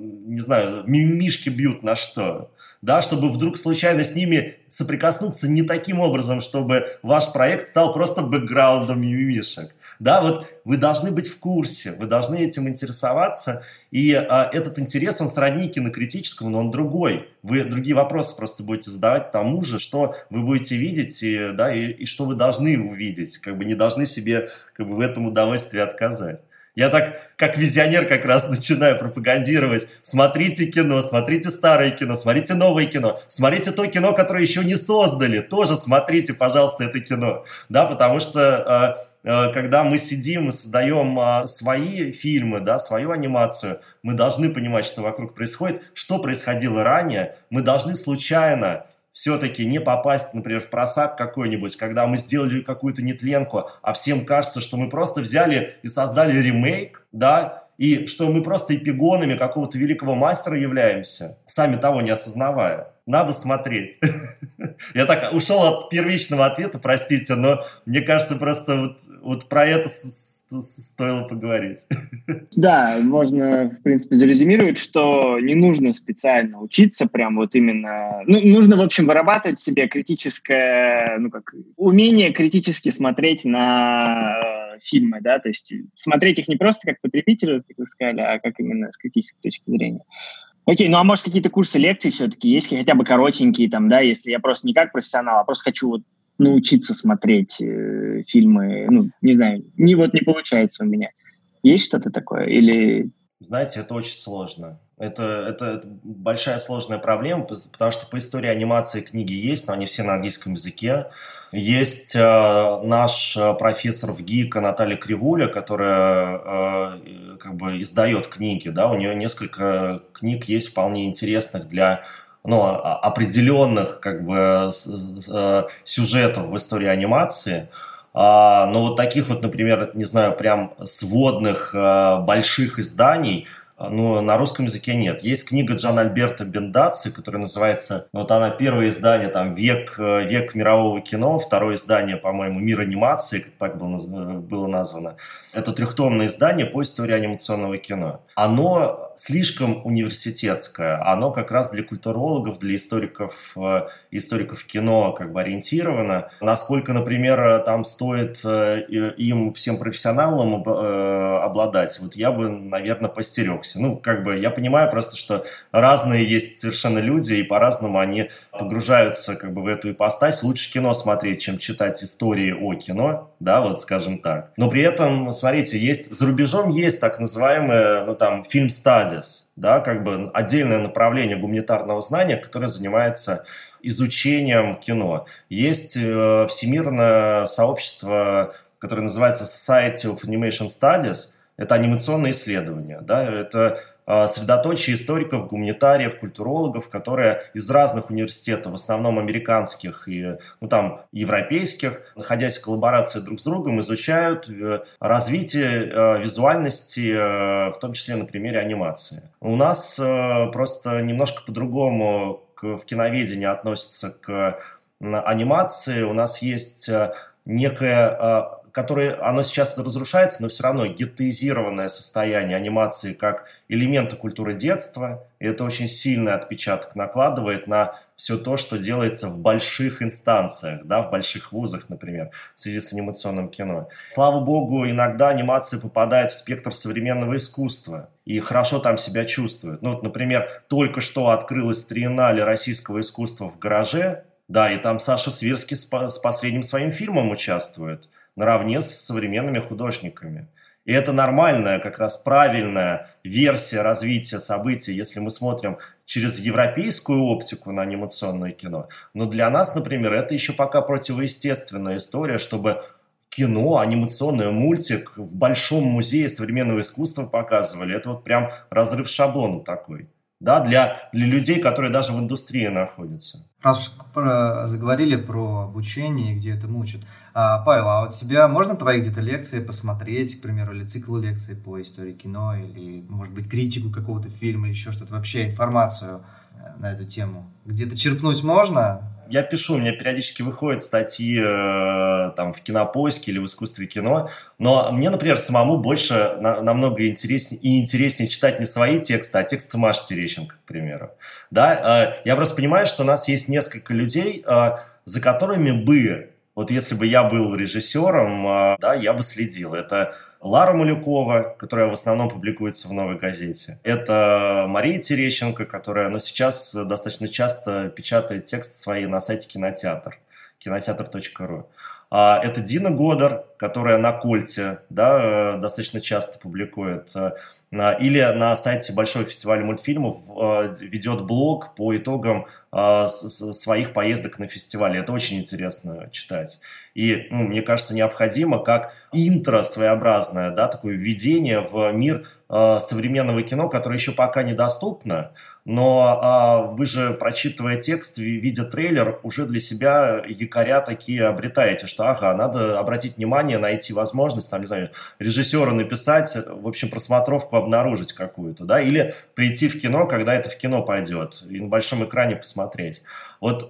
мимишки бьют на что. Да, чтобы вдруг случайно с ними соприкоснуться не таким образом, чтобы ваш проект стал просто бэкграундом мимишек. Да, вот вы должны быть в курсе, вы должны этим интересоваться, и этот интерес, он сродни кинокритическому, но он другой. Вы другие вопросы просто будете задавать тому же, что вы будете видеть, и что вы должны увидеть, не должны себе в этом удовольствии отказать. Я так, как визионер, как раз начинаю пропагандировать. Смотрите кино, смотрите старое кино, смотрите новое кино, смотрите то кино, которое еще не создали. Тоже смотрите, пожалуйста, это кино. Да, потому что когда мы сидим и создаем свои фильмы, да, свою анимацию, мы должны понимать, что вокруг происходит, что происходило ранее. Мы должны случайно все-таки не попасть, например, в просак какой-нибудь, когда мы сделали какую-то нетленку, а всем кажется, что мы просто взяли и создали ремейк, да, и что мы просто эпигонами какого-то великого мастера являемся, сами того не осознавая. Надо смотреть. Я так ушел от первичного ответа, простите, но мне кажется, просто вот про это стоило поговорить. Да, можно, в принципе, зарезюмировать, что не нужно специально учиться, прям вот именно... Ну, нужно, в общем, вырабатывать в себе критическое, умение критически смотреть на фильмы, да, то есть смотреть их не просто как потребителю, как вы сказали, а как именно с критической точки зрения. Окей, ну а может какие-то курсы лекций все-таки есть, хотя бы коротенькие там, да, если я просто не как профессионал, а просто хочу вот научиться смотреть фильмы, не знаю, не получается у меня. Есть что-то такое или... Знаете, это очень сложно. Это большая сложная проблема, потому что по истории анимации книги есть, но они все на английском языке. Есть наш профессор в ГИКа Наталья Кривуля, которая издает книги, да, у нее несколько книг есть вполне интересных для определенных сюжетов в истории анимации. Но вот таких вот, например, не знаю, прям сводных больших изданий, на русском языке нет. Есть книга Джанальберто Бендаци, которая называется, она первое издание, там, «Век мирового кино», второе издание, по-моему, «Мир анимации», как так было названо. Это трехтомное издание по истории анимационного кино. Оно слишком университетское, оно как раз для культурологов, для историков кино ориентировано. Насколько, например, там стоит им, всем профессионалам обладать, вот я бы, наверное, постерегся. Я понимаю просто, что разные есть совершенно люди, и по-разному они погружаются в эту ипостась. Лучше кино смотреть, чем читать истории о кино, да, вот скажем так. Но при этом, смотрите, за рубежом есть так называемые, film studies, да, отдельное направление гуманитарного знания, которое занимается изучением кино. Есть всемирное сообщество, которое называется Society of Animation Studies. Это анимационные исследования, да, это средоточие историков, гуманитариев, культурологов, которые из разных университетов, в основном американских и европейских, находясь в коллаборации друг с другом, изучают развитие визуальности, в том числе на примере анимации. У нас просто немножко по-другому в киноведении относятся к анимации. У нас есть некое... оно сейчас разрушается, но все равно геттоизированное состояние анимации как элемента культуры детства. И это очень сильный отпечаток накладывает на все то, что делается в больших инстанциях, да, в больших вузах, например, в связи с анимационным кино. Слава богу, иногда анимация попадает в спектр современного искусства и хорошо там себя чувствует. Например, только что открылась триеннале российского искусства в «Гараже», да, и там Саша Свирский с последним своим фильмом участвует наравне с современными художниками. И это нормальная, как раз правильная версия развития событий, если мы смотрим через европейскую оптику на анимационное кино. Но для нас, например, это еще пока противоестественная история, чтобы кино, анимационный мультик в Большом музее современного искусства показывали. Это вот прям разрыв шаблона такой. Да, для людей, которые даже в индустрии находятся. Раз уж заговорили про обучение, где это учат. Павел, а вот тебя можно твои где-то лекции посмотреть, к примеру, или цикл лекций по истории кино, или, может быть, критику какого-то фильма, или еще что-то, вообще информацию на эту тему? Где-то черпнуть можно? Я пишу, у меня периодически выходят статьи в Кинопоиске или в Искусстве кино, но мне, например, самому больше намного интереснее читать не свои тексты, а тексты Маши Терещенко, к примеру. Да? Я просто понимаю, что у нас есть несколько людей, за которыми вот если бы я был режиссером, да, я бы следил. Это Лара Малюкова, которая в основном публикуется в «Новой газете». Это Мария Терещенко, которая сейчас достаточно часто печатает тексты свои на сайте «Кинотеатр», кинотеатр.ру. Это Дина Годар, которая на «Кольте», да, достаточно часто публикует. Или на сайте Большого фестиваля мультфильмов ведет блог по итогам своих поездок на фестивале. Это очень интересно читать. И, мне кажется, необходимо как интро своеобразное, да, такое введение в мир современного кино, которое еще пока недоступно, но вы же, прочитывая текст, видя трейлер, уже для себя якоря такие обретаете, что надо обратить внимание, найти возможность, там, не знаю, режиссера написать, в общем, просмотровку обнаружить какую-то, да, или прийти в кино, когда это в кино пойдет, и на большом экране посмотреть. Вот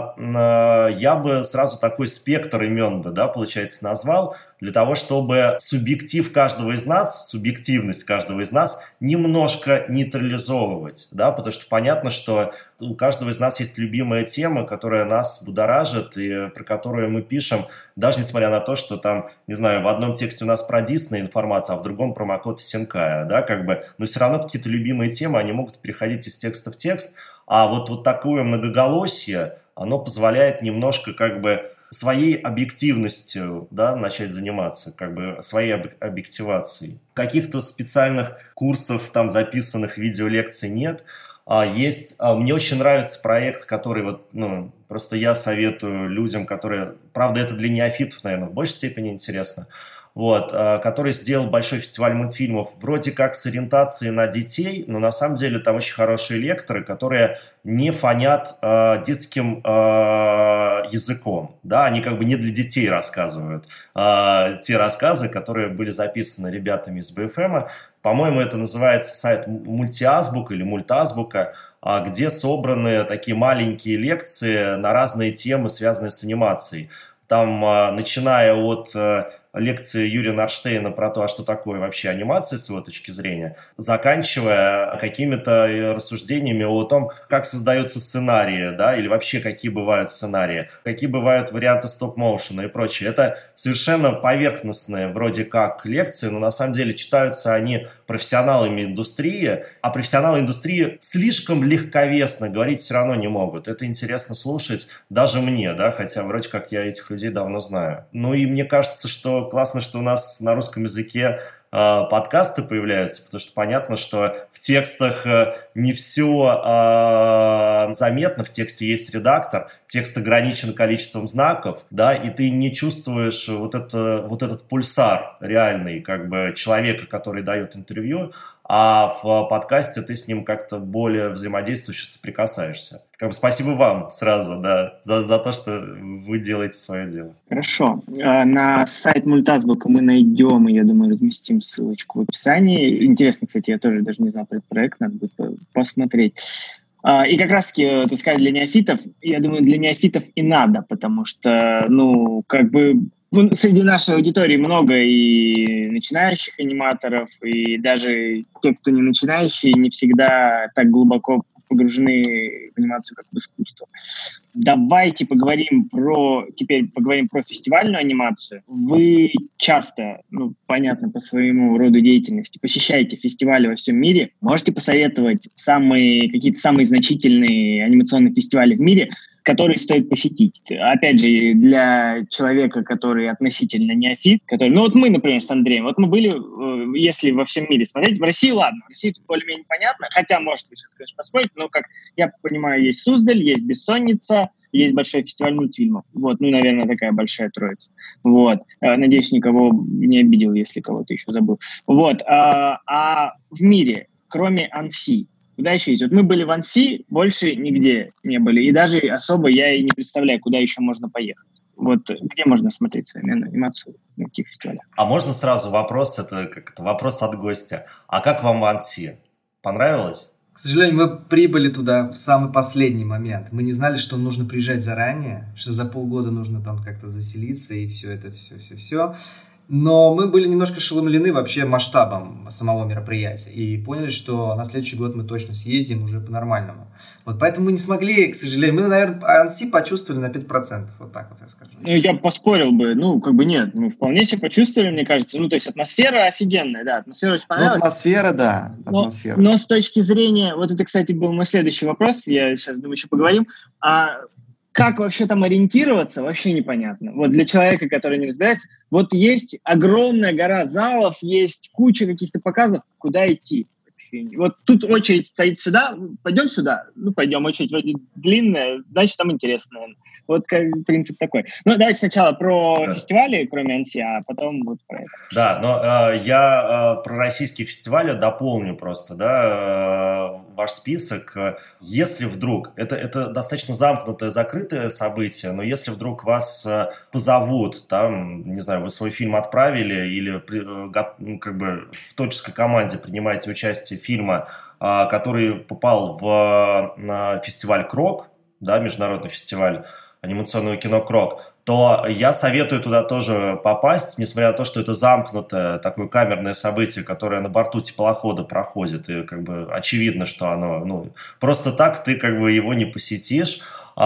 я бы сразу такой спектр имен бы, да, получается, назвал, для того, чтобы субъектив каждого из нас, субъективность каждого из нас немножко нейтрализовывать, да, потому что понятно, что у каждого из нас есть любимая тема, которая нас будоражит и про которую мы пишем, даже несмотря на то, что там, не знаю, в одном тексте у нас про Дисней информация, а в другом про Макото Синкая, да, как бы, но все равно какие-то любимые темы, они могут переходить из текста в текст, а вот такое многоголосие, оно позволяет немножко как бы своей объективностью, да, начать заниматься, как бы своей объективацией. Каких-то специальных курсов, там, записанных видеолекций нет. Есть, мне очень нравится проект, который вот, просто я советую людям, которые, правда, это для неофитов, наверное, в большей степени интересно, который сделал большой фестиваль мультфильмов вроде как с ориентацией на детей, но на самом деле там очень хорошие лекторы, которые не фонят детским языком, да, они как бы не для детей рассказывают те рассказы, которые были записаны ребятами из БФМа. По-моему, это называется сайт Мультиазбука или Мультазбука, где собраны такие маленькие лекции на разные темы, связанные с анимацией. Там, начиная от лекции Юрия Нарштейна про то, что такое вообще анимация с его точки зрения, заканчивая какими-то рассуждениями о том, как создаются сценарии, да, или вообще какие бывают сценарии, какие бывают варианты стоп-моушена и прочее. Это совершенно поверхностные вроде как лекции, но на самом деле читаются они профессионалами индустрии, а профессионалы индустрии слишком легковесно говорить все равно не могут. Это интересно слушать даже мне, да, хотя вроде как я этих людей давно знаю. Ну и мне кажется, что классно, что у нас на русском языке подкасты появляются, потому что понятно, что в текстах не все заметно, в тексте есть редактор, текст ограничен количеством знаков, да, и ты не чувствуешь вот этот пульсар реальный, как бы, человека, который дает интервью, а в подкасте ты с ним как-то более взаимодействующе соприкасаешься. Как бы спасибо вам сразу, да, за то, что вы делаете свое дело. Хорошо. На сайт Мультазбука мы найдем, и, я думаю, разместим ссылочку в описании. Интересно, кстати, я тоже даже не знал про этот проект, надо будет посмотреть. И как раз-таки, ты сказал, для неофитов, я думаю, для неофитов и надо, потому что, среди нашей аудитории много и начинающих аниматоров, и даже те, кто не начинающие, не всегда так глубоко погружены в анимацию, как в искусство. Давайте поговорим про фестивальную анимацию. Вы часто, понятно, по своему роду деятельности, посещаете фестивали во всем мире. Можете посоветовать какие-то самые значительные анимационные фестивали в мире, которые стоит посетить? Опять же, для человека, который относительно неофит, мы, например, с Андреем, мы были, если во всем мире смотреть, в России, ладно, в России тут более-менее понятно, хотя, может, вы сейчас, конечно, поспорите, но, как я понимаю, есть Суздаль, есть Бессонница, есть большой фестиваль мультфильмов. Наверное, такая большая троица. Надеюсь, никого не обидел, если кого-то еще забыл. А в мире, кроме Анси, куда еще есть? Мы были в Анси, больше нигде не были. И даже особо я и не представляю, куда еще можно поехать. Где можно смотреть современную анимацию, на каких фестивалях? А можно сразу вопрос, это как-то вопрос от гостя. А как вам в Анси? Понравилось? К сожалению, мы прибыли туда в самый последний момент. Мы не знали, что нужно приезжать заранее, что за полгода нужно там как-то заселиться и все это, все. Но мы были немножко ошеломлены вообще масштабом самого мероприятия и поняли, что на следующий год мы точно съездим уже по-нормальному. Поэтому мы не смогли, к сожалению. Мы, наверное, Анси почувствовали на 5%. Вот так я скажу. Я поспорил бы. Нет. Вполне себе почувствовали, мне кажется. То есть атмосфера офигенная, да. Атмосфера очень понравилась. Атмосфера, да. Атмосфера. Но с точки зрения... Это, кстати, был мой следующий вопрос. Я сейчас, думаю, еще поговорим. Как вообще там ориентироваться, вообще непонятно. Для человека, который не разбирается, есть огромная гора залов, есть куча каких-то показов, куда идти. Тут очередь стоит сюда, пойдем сюда? Пойдем, очередь вроде длинная, значит, там интересно, наверное. Вот как принцип такой. Ну, давайте сначала про фестивали, кроме Анси, а потом вот про это. Да, но я про российские фестивали дополню просто, да, ваш список. Если вдруг, это достаточно замкнутое, закрытое событие, но если вдруг вас позовут, там, не знаю, вы свой фильм отправили или как бы в творческой команде принимаете участие фильма, который попал в фестиваль КРОК, да, международный фестиваль анимационного кино КРОК, то я советую туда тоже попасть, несмотря на то, что это замкнутое, такое камерное событие, которое на борту теплохода проходит, и как бы очевидно, что оно, ну, просто так ты как бы его не посетишь,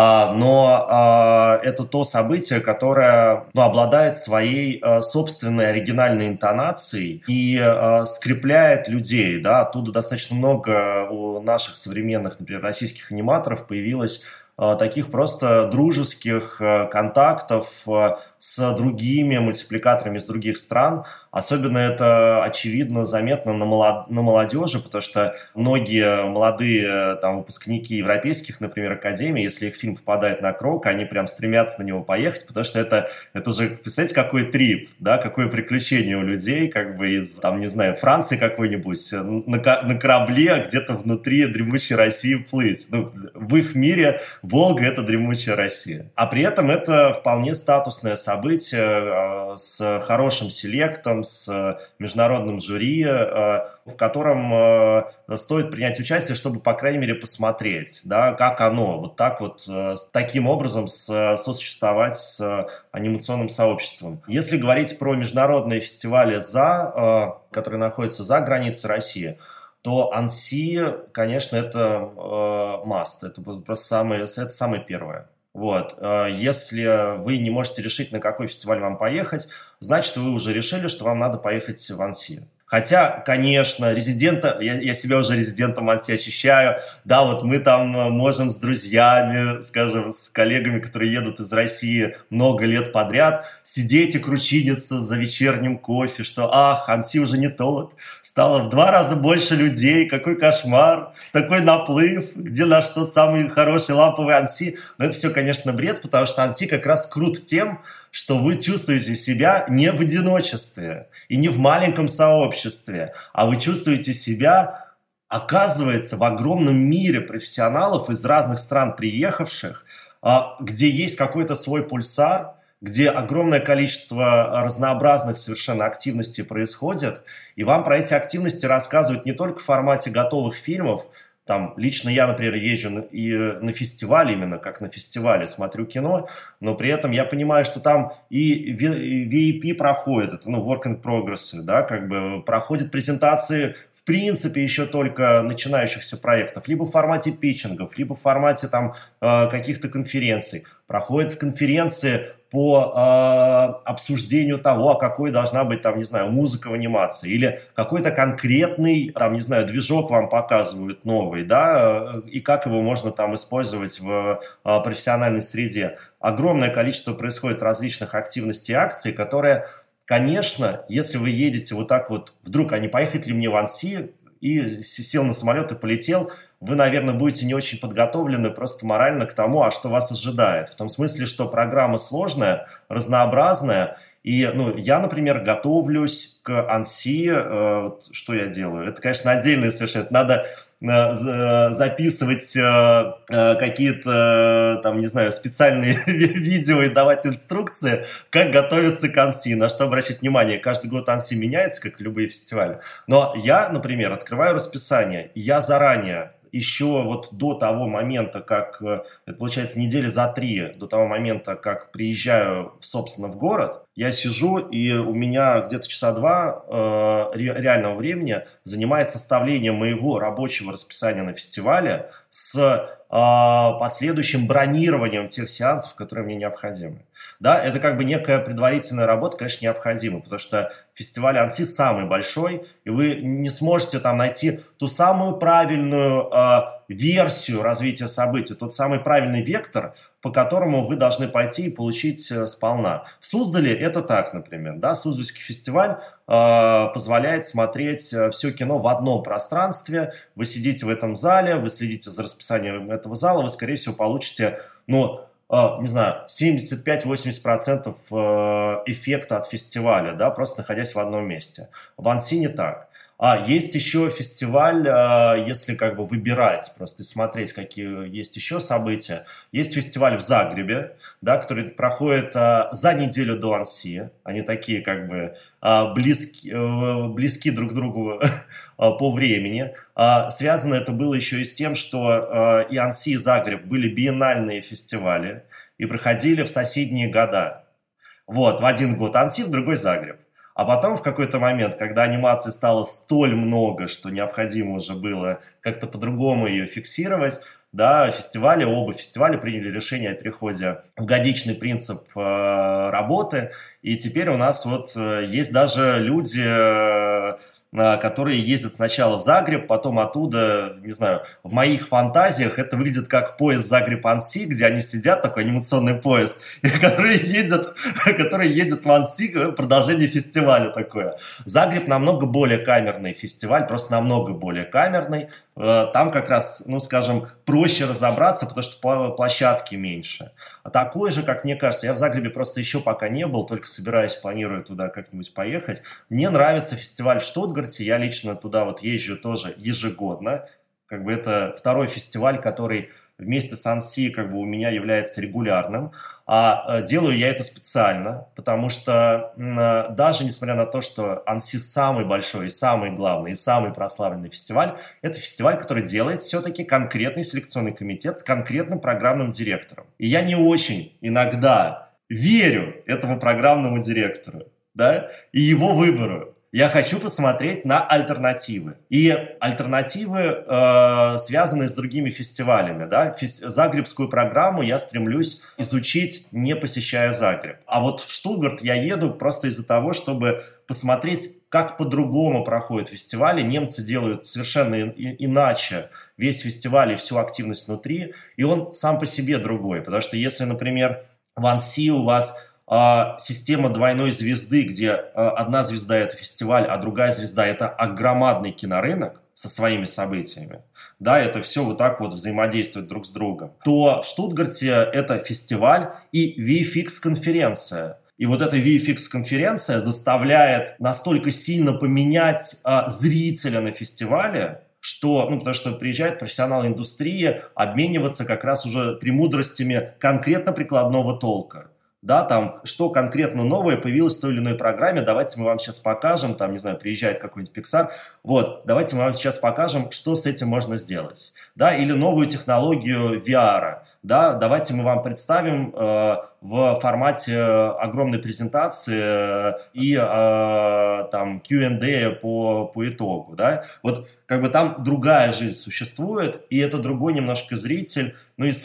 но это то событие, которое, ну, обладает своей собственной оригинальной интонацией и скрепляет людей, да, оттуда достаточно много у наших современных, например, российских аниматоров появилось таких просто дружеских контактов с другими мультипликаторами из других стран. Особенно это очевидно, заметно на молодежи, потому что многие молодые там, выпускники европейских, например, академий, если их фильм попадает на КРОК, они прям стремятся на него поехать, потому что это же, представляете, какой трип, да, какое приключение у людей, как бы из, там, не знаю, Франции какой-нибудь, на корабле где-то внутри дремучей России плыть. Ну, в их мире Волга — это дремучая Россия. А при этом это вполне статусное событие с хорошим селектом, с международным жюри, в котором стоит принять участие, чтобы, по крайней мере, посмотреть, да, как оно, вот так вот, таким образом сосуществовать с анимационным сообществом. Если говорить про международные фестивали, которые находятся за границей России, то Анси, конечно, это must, это просто самое первое. Вот. Если вы не можете решить, на какой фестиваль вам поехать, значит, вы уже решили, что вам надо поехать в Анси. Хотя, конечно, я себя уже резидентом Анси ощущаю. Да, вот мы там можем с друзьями, скажем, с коллегами, которые едут из России много лет подряд, сидеть и кручиниться за вечерним кофе, что, Анси уже не тот, стало в 2 раза больше людей, какой кошмар, такой наплыв, где наш тот самый хороший ламповый Анси. Но это все, конечно, бред, потому что Анси как раз крут тем, что вы чувствуете себя не в одиночестве и не в маленьком сообществе, а вы чувствуете себя, оказывается, в огромном мире профессионалов из разных стран приехавших, где есть какой-то свой пульсар, где огромное количество разнообразных совершенно активностей происходит, и вам про эти активности рассказывают не только в формате готовых фильмов. Там, лично я, например, езжу и на фестивале, именно как на фестивале, смотрю кино, но при этом я понимаю, что там и VIP проходит, это, work in progress, да, как бы проходят презентации, в принципе, еще только начинающихся проектов, либо в формате питчингов, либо в формате там каких-то конференций. Проходят конференции по обсуждению того, какой должна быть, там, не знаю, музыка в анимации, или какой-то конкретный, там, не знаю, движок вам показывают новый, да, и как его можно там использовать в профессиональной среде. Огромное количество происходит различных активностей и акций, которые, конечно, если вы едете вот так вот, вдруг, а не поехать ли мне в Анси, и сел на самолет и полетел, вы, наверное, будете не очень подготовлены просто морально к тому, что вас ожидает. В том смысле, что программа сложная, разнообразная. И, я, например, готовлюсь к Анси. Что я делаю? Это, конечно, отдельное совершенно. Это надо записывать какие-то, там, не знаю, специальные видео и давать инструкции, как готовиться к Анси, на что обращать внимание. Каждый год Анси меняется, как и любые фестивали. Но я, например, открываю расписание, и я заранее, еще вот до того момента, как, это получается недели за 3, до того момента, как приезжаю, собственно, в город, я сижу, и у меня где-то часа 2 реального времени занимает составление моего рабочего расписания на фестивале с последующим бронированием тех сеансов, которые мне необходимы. Да, это как бы некая предварительная работа, конечно, необходима, потому что фестиваль Анси самый большой, и вы не сможете там найти ту самую правильную версию развития событий, тот самый правильный вектор, по которому вы должны пойти и получить сполна. В Суздале это так, например. Да? Суздальский фестиваль позволяет смотреть все кино в одном пространстве. Вы сидите в этом зале, вы следите за расписанием этого зала, вы, скорее всего, получите не знаю, 75-80% эффекта от фестиваля, да, просто находясь в одном месте. В Анси не так. Есть еще фестиваль, если как бы выбирать, просто смотреть, какие есть еще события. Есть фестиваль в Загребе, да, который проходит за неделю до Анси. Они такие как бы близки друг к другу по времени. Связано это было еще и с тем, что и Анси, и Загреб были биеннальные фестивали и проходили в соседние года. Вот, в один год Анси, в другой Загреб. А потом в какой-то момент, когда анимации стало столь много, что необходимо уже было как-то по-другому ее фиксировать, да, оба фестиваля приняли решение о переходе в годичный принцип работы. И теперь у нас вот есть даже люди, которые ездят сначала в Загреб, потом оттуда, не знаю, в моих фантазиях это выглядит как поезд Загреб-Анси, где они сидят, такой анимационный поезд, который едет в Анси, продолжение фестиваля такое. Загреб намного более камерный фестиваль, просто намного более камерный. Там как раз, ну, скажем, проще разобраться, потому что площадки меньше. А такое же, как мне кажется, я в Загребе просто еще пока не был, только собираюсь, планирую туда как-нибудь поехать. Мне нравится фестиваль в Штутгарте, я лично туда вот езжу тоже ежегодно. Как бы это второй фестиваль, который вместе с Анси как бы у меня является регулярным. А делаю я это специально, потому что даже несмотря на то, что Анси самый большой и самый главный и самый прославленный фестиваль, это фестиваль, который делает все-таки конкретный селекционный комитет с конкретным программным директором. И я не очень иногда верю этому программному директору, да, и его выбору. Я хочу посмотреть на альтернативы. И альтернативы связаны с другими фестивалями. Да? Загребскую программу я стремлюсь изучить, не посещая Загреб. А вот в Штутгарт я еду просто из-за того, чтобы посмотреть, как по-другому проходят фестивали. Немцы делают совершенно иначе весь фестиваль и всю активность внутри. И он сам по себе другой. Потому что если, например, в Анси у вас система двойной звезды, где одна звезда – это фестиваль, а другая звезда – это огромадный кинорынок со своими событиями, да, это все вот так вот взаимодействует друг с другом, то в Штутгарте это фестиваль и VFX-конференция. И вот эта VFX-конференция заставляет настолько сильно поменять зрителя на фестивале, что, потому что приезжают профессионалы индустрии обмениваться как раз уже премудростями конкретно прикладного толка. Да, там, что конкретно новое появилось в той или иной программе, давайте мы вам сейчас покажем, там, не знаю, приезжает какой-нибудь Pixar, вот, давайте мы вам сейчас покажем, что с этим можно сделать, да, или новую технологию VR, да, давайте мы вам представим в формате огромной презентации и там Q&A по итогу, да, вот, как бы там другая жизнь существует, и это другой немножко зритель, ну и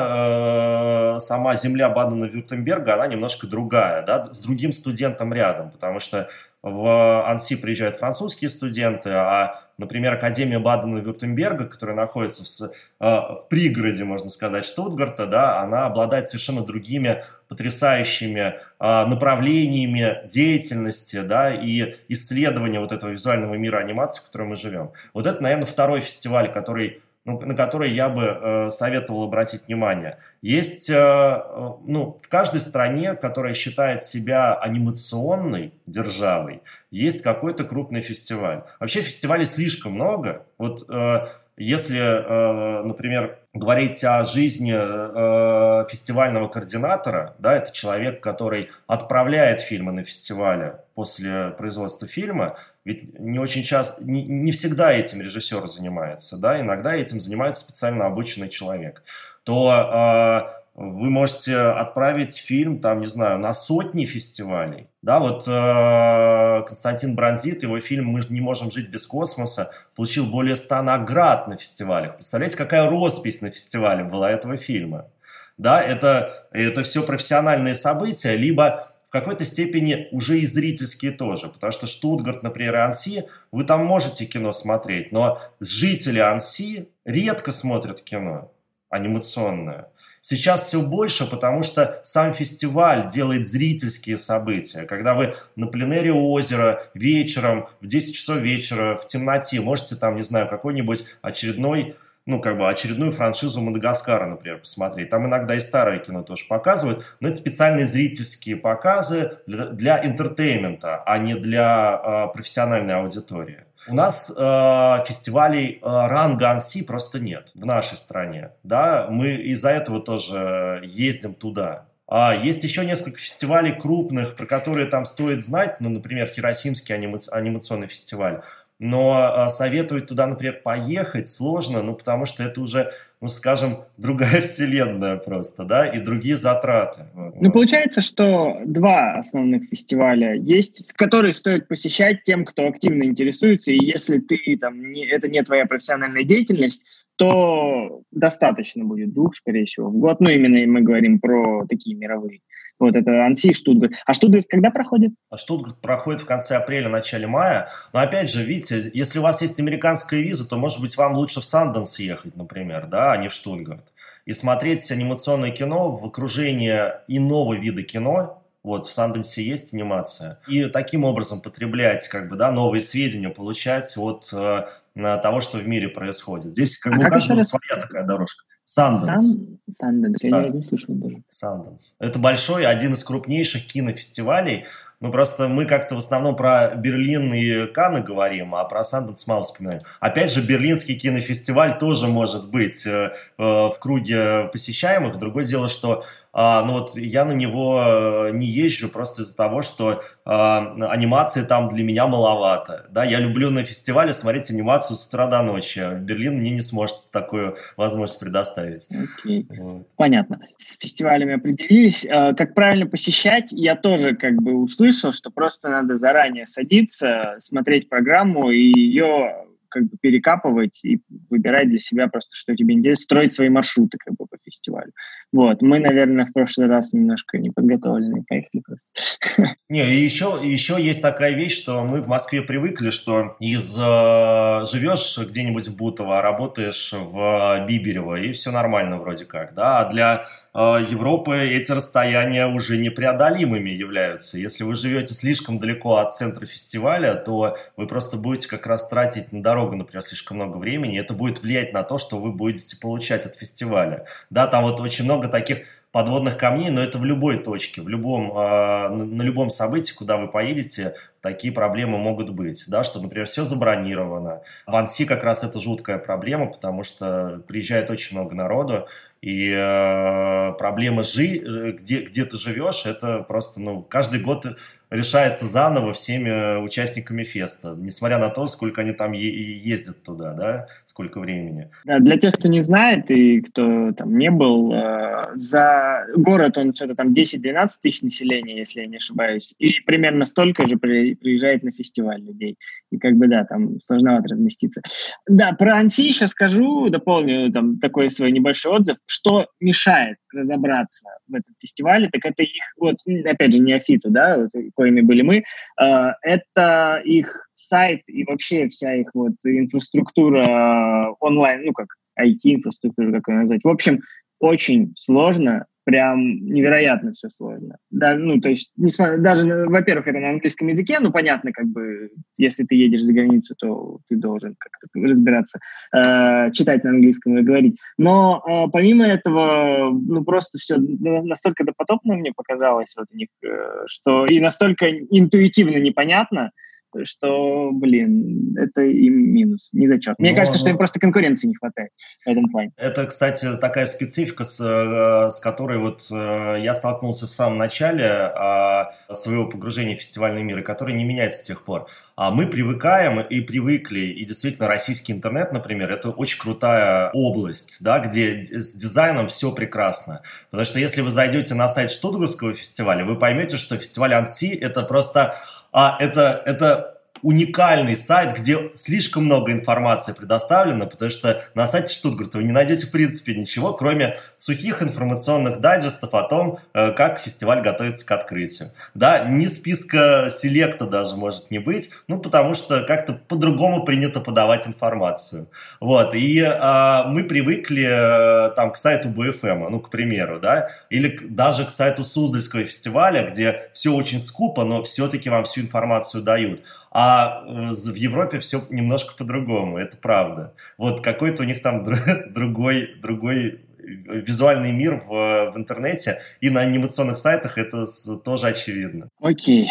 сама земля Бадена-Вюртемберга, она немножко другая, да, с другим студентом рядом, потому что в Анси приезжают французские студенты, а, например, Академия Бадена-Вюртемберга, которая находится в пригороде, можно сказать, Штутгарта, да, она обладает совершенно другими потрясающими направлениями деятельности, да, и исследования вот этого визуального мира анимации, в котором мы живем. Вот это, наверное, второй фестиваль, на который я бы советовал обратить внимание. Есть, в каждой стране, которая считает себя анимационной державой, есть какой-то крупный фестиваль. Вообще фестивалей слишком много. Вот если, например, говорить о жизни фестивального координатора, да, это человек, который отправляет фильмы на фестивале после производства фильма, ведь не очень часто, не всегда этим режиссер занимается, да, иногда этим занимается специально обученный человек, то вы можете отправить фильм, там, не знаю, на сотни фестивалей. Да, вот Константин Бронзит, его фильм «Мы не можем жить без космоса» получил более 100 наград на фестивалях. Представляете, какая роспись на фестивале была этого фильма? Да, это все профессиональные события, либо в какой-то степени уже и зрительские тоже. Потому что Штутгарт, например, и Анси, вы там можете кино смотреть, но жители Анси редко смотрят кино анимационное. Сейчас все больше, потому что сам фестиваль делает зрительские события. Когда вы на пленэре у озера вечером, в 10 часов вечера, в темноте, можете там, не знаю, какой-нибудь очередной ну, как бы очередную франшизу Мадагаскара, например, посмотреть. Там иногда и старое кино тоже показывают, но это специальные зрительские показы для интертеймента, а не для профессиональной аудитории. У нас фестивалей ранга Анси просто нет в нашей стране, да, мы из-за этого тоже ездим туда. Есть еще несколько фестивалей крупных, про которые там стоит знать, ну, например, Хиросимский анимационный фестиваль, но советовать туда, например, поехать сложно, ну, потому что это уже, ну, скажем, другая вселенная просто, да, и другие затраты. Ну, получается, что два основных фестиваля есть, которые стоит посещать тем, кто активно интересуется, и если ты там, это не твоя профессиональная деятельность, то достаточно будет двух, скорее всего, в год. Ну, именно мы говорим про такие мировые. Вот это Анси и Штутгарт. А Штутгарт когда проходит? Штутгарт проходит в конце апреля, начале мая. Но опять же, видите, если у вас есть американская виза, то, может быть, вам лучше в Санденс ехать, например, да, а не в Штутгарт. И смотреть анимационное кино в окружении иного вида кино. Вот, в Санденсе есть анимация. И таким образом потреблять, как бы, да, новые сведения, получать от того, что в мире происходит. Здесь как бы у каждого своя такая дорожка. Санденс. Санденс, я не слышал даже. Санденс. Это большой, один из крупнейших кинофестивалей. Ну, просто мы как-то в основном про Берлин и Канны говорим, а про Санденс мало вспоминаем. Опять же, Берлинский кинофестиваль тоже может быть в круге посещаемых. Другое дело, что ну вот я на него не езжу просто из-за того, что анимации там для меня маловато. Да, я люблю на фестивале смотреть анимацию с утра до ночи. Берлин мне не сможет такую возможность предоставить. Окей. Вот. Понятно. С фестивалями определились. Как правильно посещать, я тоже как бы услышал, что просто надо заранее садиться, смотреть программу и ее как бы перекапывать и выбирать для себя просто, что тебе интересно, строить свои маршруты как бы по фестивалю. Вот. Мы, наверное, в прошлый раз немножко неподготовленные поехали просто. Не, и еще есть такая вещь, что мы в Москве привыкли, что живешь где-нибудь в Бутово, а работаешь в Биберево, и все нормально вроде как, да, а для Европы эти расстояния уже непреодолимыми являются. Если вы живете слишком далеко от центра фестиваля, то вы просто будете как раз тратить на дорогу, например, слишком много времени, и это будет влиять на то, что вы будете получать от фестиваля. Да, там вот очень много таких подводных камней, но это в любой точке, на любом событии, куда вы поедете, такие проблемы могут быть, да, что, например, все забронировано. В Анси как раз это жуткая проблема, потому что приезжает очень много народу, и проблема где ты живешь, это просто, ну, каждый год решается заново всеми участниками феста, несмотря на то, сколько они там ездят туда, да, сколько времени. Да, для тех, кто не знает и кто там не был, за город он что-то там 10-12 тысяч населения, если я не ошибаюсь, и примерно столько же приезжает на фестиваль людей. И как бы, да, там сложновато разместиться. Да, про Анси еще скажу, дополню там такой свой небольшой отзыв, что мешает разобраться в этом фестивале, так это их, вот, опять же, неофиту, да, вот, коими были мы, это их сайт и вообще вся их вот инфраструктура онлайн, ну как IT-инфраструктура, как ее назвать. В общем, очень сложно, прям невероятно все сложно. Да, ну, то есть, даже, во-первых, это на английском языке, ну, понятно, как бы, если ты едешь за границу, то ты должен как-то разбираться, читать на английском и говорить. Но помимо этого, ну, просто все настолько допотопно мне показалось вот у них, что и настолько интуитивно непонятно, что, блин, это им минус, не зачет. Мне кажется, что им просто конкуренции не хватает в этом плане. Это, кстати, такая специфика, с которой вот я столкнулся в самом начале своего погружения в фестивальный мир, и который не меняется с тех пор. Мы привыкаем и привыкли, и действительно российский интернет, например, это очень крутая область, да, где с дизайном все прекрасно. Потому что если вы зайдете на сайт Штутгартского фестиваля, вы поймете, что фестиваль Анси это просто... это уникальный сайт, где слишком много информации предоставлено, потому что на сайте Штутгарта вы не найдете в принципе ничего, кроме сухих информационных дайджестов о том, как фестиваль готовится к открытию. Да, ни списка селекта даже может не быть, ну, потому что как-то по-другому принято подавать информацию. Вот, и мы привыкли там к сайту БФМ, ну, к примеру, да, или даже к сайту Суздальского фестиваля, где все очень скупо, но все-таки вам всю информацию дают. в Европе все немножко по-другому, это правда. Вот какой-то у них там другой визуальный мир в интернете, и на анимационных сайтах это тоже очевидно. Окей.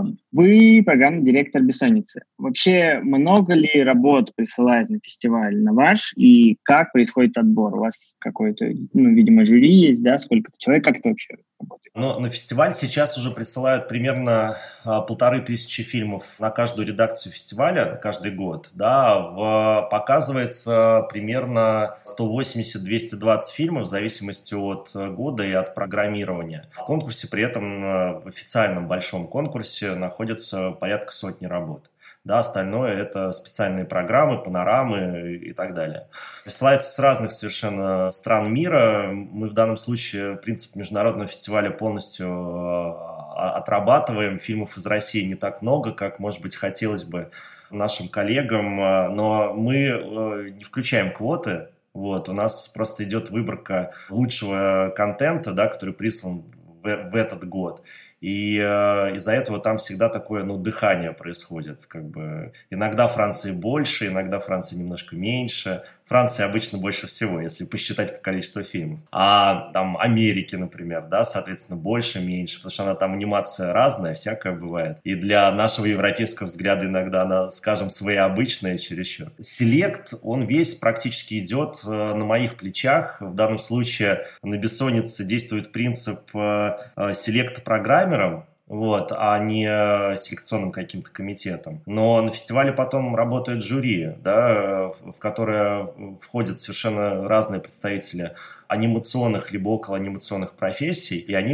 Вы программный директор «Бессонницы». Вообще, много ли работ присылают на фестиваль на ваш, и как происходит отбор? У вас какой-то, видимо, жюри есть, да? Сколько человек? Как это вообще работает? Но на фестиваль сейчас уже присылают примерно 1500 фильмов на каждую редакцию фестиваля каждый год. Да, показывается примерно 180-220 фильмов в зависимости от года и от программирования. В конкурсе при этом, в официальном большом конкурсе, находится порядка сотни работ. Да, остальное это специальные программы, панорамы и так далее. Присылается с разных совершенно стран мира. Мы в данном случае принцип международного фестиваля полностью отрабатываем. Фильмов из России не так много, как, может быть, хотелось бы нашим коллегам, но мы не включаем квоты. Вот, у нас просто идет выборка лучшего контента, да, который прислан в этот год. И из-за этого там всегда такое, дыхание происходит. Как бы. Иногда Франции больше, иногда Франции немножко меньше. Франции обычно больше всего, если посчитать по количеству фильмов. А там Америки, например, да, соответственно, больше, меньше. Потому что она там анимация разная, всякое бывает. И для нашего европейского взгляда иногда она, скажем, своеобычная чересчур. Селект, он весь практически идет на моих плечах. В данном случае на «Бессоннице» действует принцип селекта программером, вот, а не селекционным каким-то комитетом. Но на фестивале потом работает жюри, да, в которое входят совершенно разные представители анимационных либо околоанимационных профессий, и они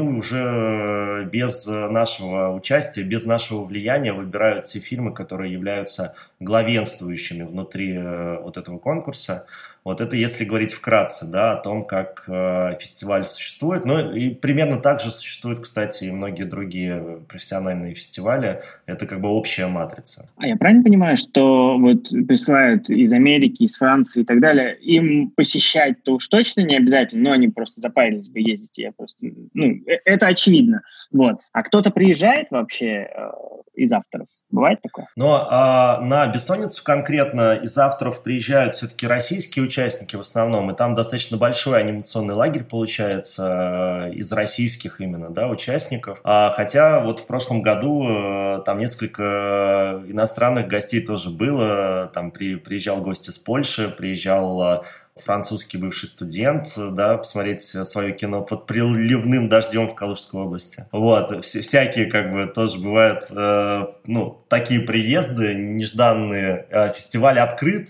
уже без нашего участия, без нашего влияния выбирают те фильмы, которые являются главенствующими внутри вот этого конкурса. Вот это если говорить вкратце, да, о том, как фестиваль существует. Ну и примерно так же существуют, кстати, и многие другие профессиональные фестивали. Это как бы общая матрица. А я правильно понимаю, что вот присылают из Америки, из Франции и так далее, им посещать-то уж точно не обязательно, но они просто запарились бы ездить. Это очевидно. Вот. А кто-то приезжает вообще из авторов? Бывает такое? Но на «Бессонницу» конкретно из авторов приезжают все-таки российские участники в основном, и там достаточно большой анимационный лагерь получается из российских именно, да, участников. Хотя вот в прошлом году там несколько иностранных гостей тоже было, там приезжал гость из Польши, приезжал французский бывший студент, да, посмотреть свое кино под проливным дождем в Калужской области. Вот, всякие как бы тоже бывают, такие приезды нежданные. Фестиваль открыт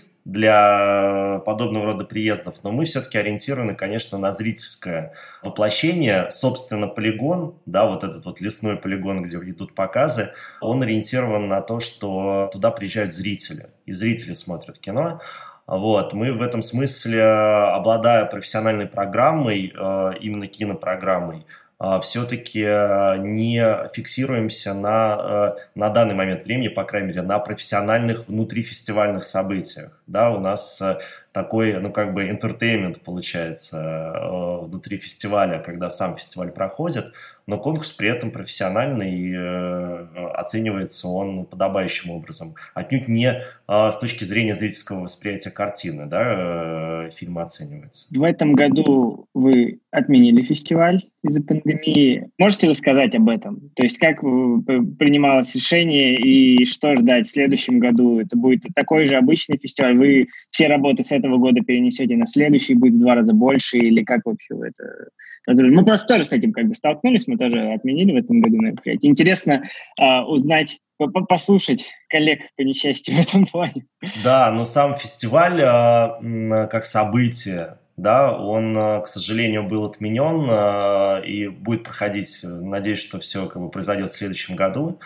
для подобного рода приездов, но мы все-таки ориентированы, конечно, на зрительское воплощение. Собственно, полигон, да, вот этот вот лесной полигон, где идут показы, он ориентирован на то, что туда приезжают зрители, и зрители смотрят кино. Вот, мы в этом смысле, обладая профессиональной программой, именно кинопрограммой, все-таки не фиксируемся на данный момент времени, по крайней мере, на профессиональных внутрифестивальных событиях. Да, у нас такой, entertainment получается внутри фестиваля, когда сам фестиваль проходит, но конкурс при этом профессиональный и оценивается он подобающим образом. Отнюдь не с точки зрения зрительского восприятия картины, да, фильмы оцениваются. В этом году вы отменили фестиваль из-за пандемии. Можете рассказать об этом? То есть как принималось решение и что ждать в следующем году? Это будет такой же обычный фестиваль? Вы все работы с этого года перенесете на следующий, будет в 2 раза больше? Или как вообще вы это... Мы просто тоже с этим столкнулись, мы тоже отменили в этом году мероприятие. Интересно узнать, послушать коллег по несчастью в этом плане. Да, но сам фестиваль как событие, да, он, к сожалению, был отменен и будет проходить, надеюсь, что все произойдет в следующем году.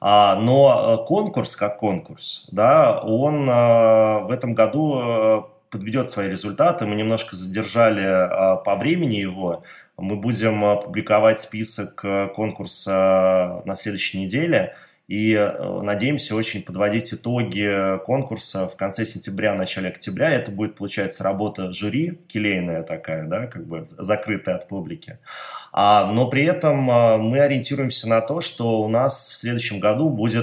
Но конкурс как конкурс, да, он в этом году подведет свои результаты. Мы немножко задержали по времени его. Мы будем публиковать список конкурса на следующей неделе и надеемся очень подводить итоги конкурса в конце сентября, начале октября. Это будет, получается, работа жюри, келейная такая, да, закрытая от публики. Но при этом мы ориентируемся на то, что у нас в следующем году будет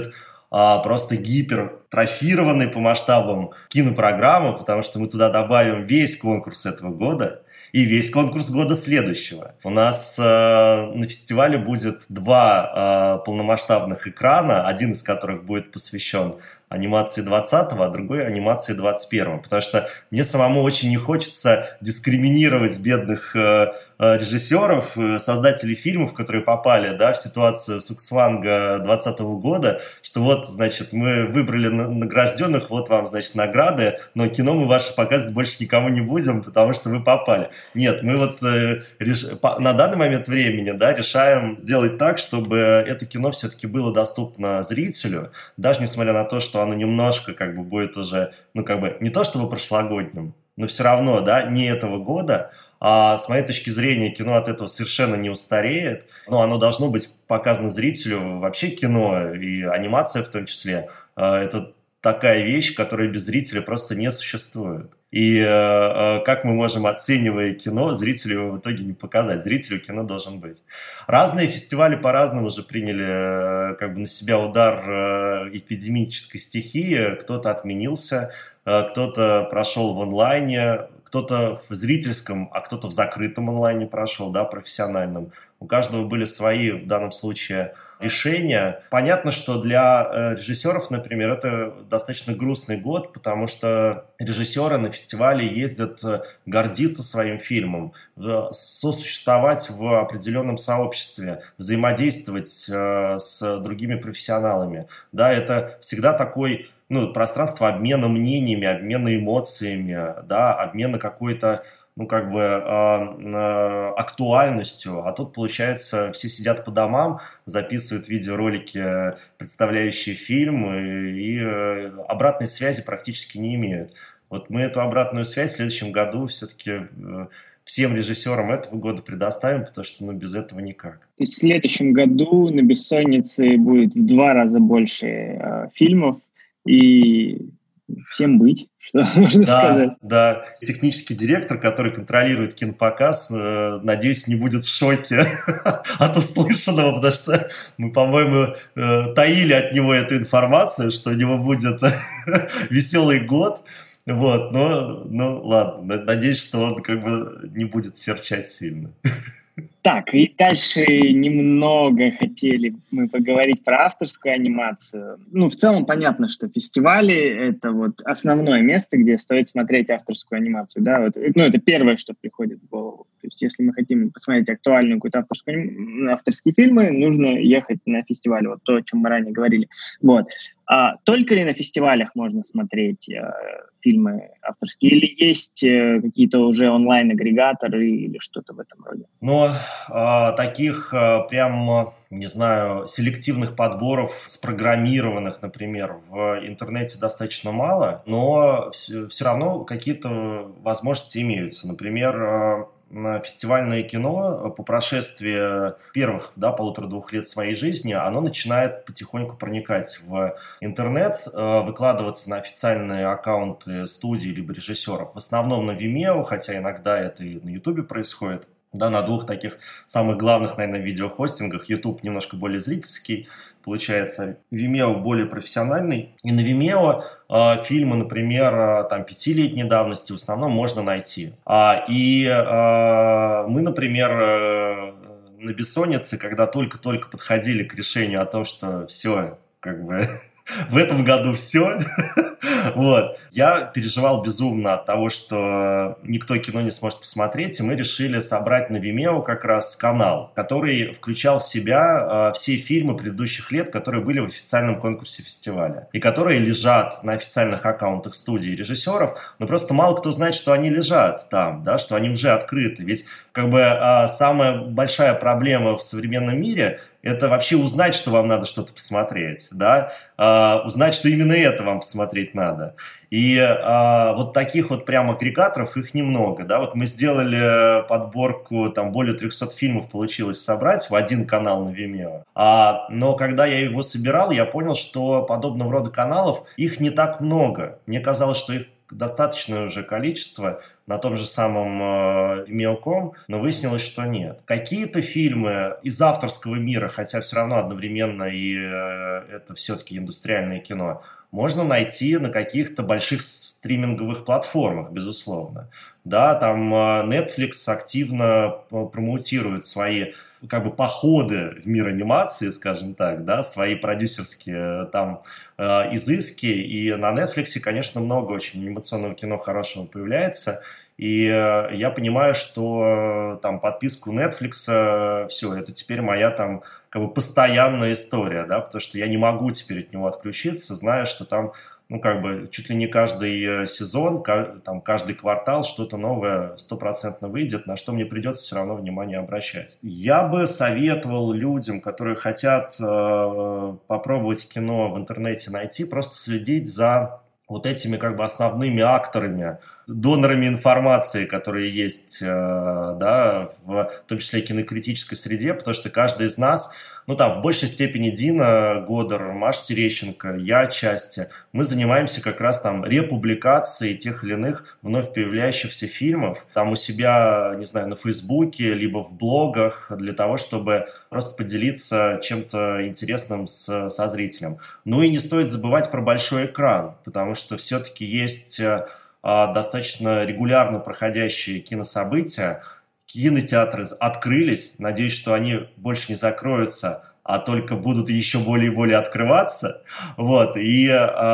просто гипертрофированной по масштабам кинопрограммы, потому что мы туда добавим весь конкурс этого года и весь конкурс года следующего. У нас на фестивале будет 2 полномасштабных экрана, один из которых будет посвящен анимации 20-го, а другой анимации 21-го. Потому что мне самому очень не хочется дискриминировать бедных режиссеров, создателей фильмов, которые попали, да, в ситуацию Суксванга 20-го года, что вот, значит, мы выбрали награжденных, вот вам, значит, награды, но кино мы ваше показывать больше никому не будем, потому что вы попали. Нет, мы вот на данный момент времени, да, решаем сделать так, чтобы это кино все-таки было доступно зрителю, даже несмотря на то, что оно немножко как бы будет уже, ну как бы не то чтобы прошлогодним, но все равно, да, не этого года. А с моей точки зрения кино от этого совершенно не устареет, но оно должно быть показано зрителю. Вообще кино и анимация в том числе это такая вещь, которая без зрителя просто не существует. И как мы можем, оценивая кино, зрителю его в итоге не показать? Зрителю кино должен быть. Разные фестивали по-разному уже приняли как бы на себя удар эпидемической стихии. Кто-то отменился, кто-то прошел в онлайне, кто-то в зрительском, а кто-то в закрытом онлайне прошел, да, профессиональном. У каждого были свои, в данном случае, решения. Понятно, что для режиссеров, например, это достаточно грустный год, потому что режиссеры на фестивале ездят гордиться своим фильмом, сосуществовать в определенном сообществе, взаимодействовать с другими профессионалами. Да, это всегда такой, ну, пространство обмена мнениями, обмена эмоциями, да, обмена какой-то, ну, как бы актуальностью, а тут, получается, все сидят по домам, записывают видеоролики, представляющие фильм, и обратной связи практически не имеют. Вот мы эту обратную связь в следующем году все-таки всем режиссерам этого года предоставим, потому что, ну, без этого никак. То есть в следующем году на «Бессоннице» будет в 2 раза больше фильмов, и всем быть, что можно сказать. Да, технический директор, который контролирует кинопоказ, надеюсь, не будет в шоке от услышанного, потому что мы, по-моему, таили от него эту информацию, что у него будет веселый год. Вот, но ладно, надеюсь, что он как бы не будет серчать сильно. Так, и дальше немного хотели мы поговорить про авторскую анимацию. Ну, в целом понятно, что фестивали — это вот основное место, где стоит смотреть авторскую анимацию, да, вот, ну, это первое, что приходит в голову. То есть если мы хотим посмотреть актуальную какую-то авторские фильмы, нужно ехать на фестиваль, вот то, о чем мы ранее говорили. Вот. А только ли на фестивалях можно смотреть фильмы авторские, или есть какие-то уже онлайн-агрегаторы или что-то в этом роде? Но таких прям, не знаю, селективных подборов спрограммированных, например, в интернете достаточно мало, но все равно какие-то возможности имеются. Например, фестивальное кино по прошествии первых, да, 1,5-2 лет своей жизни, оно начинает потихоньку проникать в интернет, выкладываться на официальные аккаунты студий либо режиссеров. В основном на Vimeo, хотя иногда это и на YouTube происходит. Да, на 2 таких самых главных, наверное, видеохостингах. YouTube немножко более зрительский, получается, Vimeo более профессиональный. И на Vimeo фильмы, например, там 5-летней давности в основном можно найти. И мы, например, на «Бессоннице», когда только-только подходили к решению о том, что все, как бы... В этом году все. Вот. Я переживал безумно от того, что никто кино не сможет посмотреть, и мы решили собрать на Vimeo как раз канал, который включал в себя все фильмы предыдущих лет, которые были в официальном конкурсе фестиваля, и которые лежат на официальных аккаунтах студий и режиссеров, но просто мало кто знает, что они лежат там, да, что они уже открыты. Ведь как бы самая большая проблема в современном мире — это вообще узнать, что вам надо что-то посмотреть, да, узнать, что именно это вам посмотреть надо. И вот таких вот прям агрегаторов, их немного, да, вот мы сделали подборку, там более 300 фильмов получилось собрать в один канал на Vimeo, но когда я его собирал, я понял, что подобного рода каналов, их не так много. Мне казалось, что их достаточное уже количество, на том же самом Vimeo.com, но выяснилось, что нет. Какие-то фильмы из авторского мира, хотя все равно одновременно и это все-таки индустриальное кино, можно найти на каких-то больших стриминговых платформах, безусловно. Да, там Netflix активно промоутирует свои как бы походы в мир анимации, скажем так, да, свои продюсерские там изыски, и на Netflix, конечно, много очень анимационного кино хорошего появляется, и я понимаю, что там подписку Netflix, все, это теперь моя там как бы постоянная история, да, потому что я не могу теперь от него отключиться, зная, что там ну, как бы, чуть ли не каждый сезон, там, каждый квартал что-то новое стопроцентно выйдет, на что мне придется все равно внимание обращать. Я бы советовал людям, которые хотят попробовать кино в интернете найти, просто следить за вот этими, как бы, основными акторами, донорами информации, которые есть, да, в том числе и кинокритической среде, потому что каждый из нас, ну там в большей степени Дина Годор, Маша Терещенко, я отчасти, мы занимаемся как раз там републикацией тех или иных вновь появляющихся фильмов, там у себя, не знаю, на Фейсбуке, либо в блогах, для того, чтобы просто поделиться чем-то интересным со зрителем. Ну и не стоит забывать про большой экран, потому что все-таки есть достаточно регулярно проходящие кинособытия. Кинотеатры открылись, надеюсь, что они больше не закроются, а только будут еще более и более открываться. Вот. И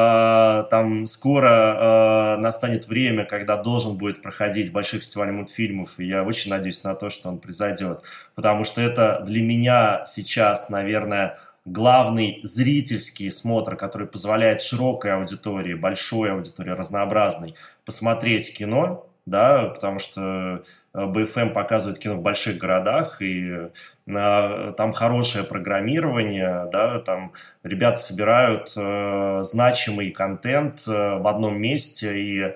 там скоро настанет время, когда должен будет проходить большой фестиваль мультфильмов, и я очень надеюсь на то, что он произойдет, потому что это для меня сейчас, наверное, главный зрительский смотр, который позволяет широкой аудитории, большой аудитории, разнообразной, посмотреть кино, да, потому что БФМ показывает кино в больших городах, и там хорошее программирование, да, там ребята собирают значимый контент в одном месте, и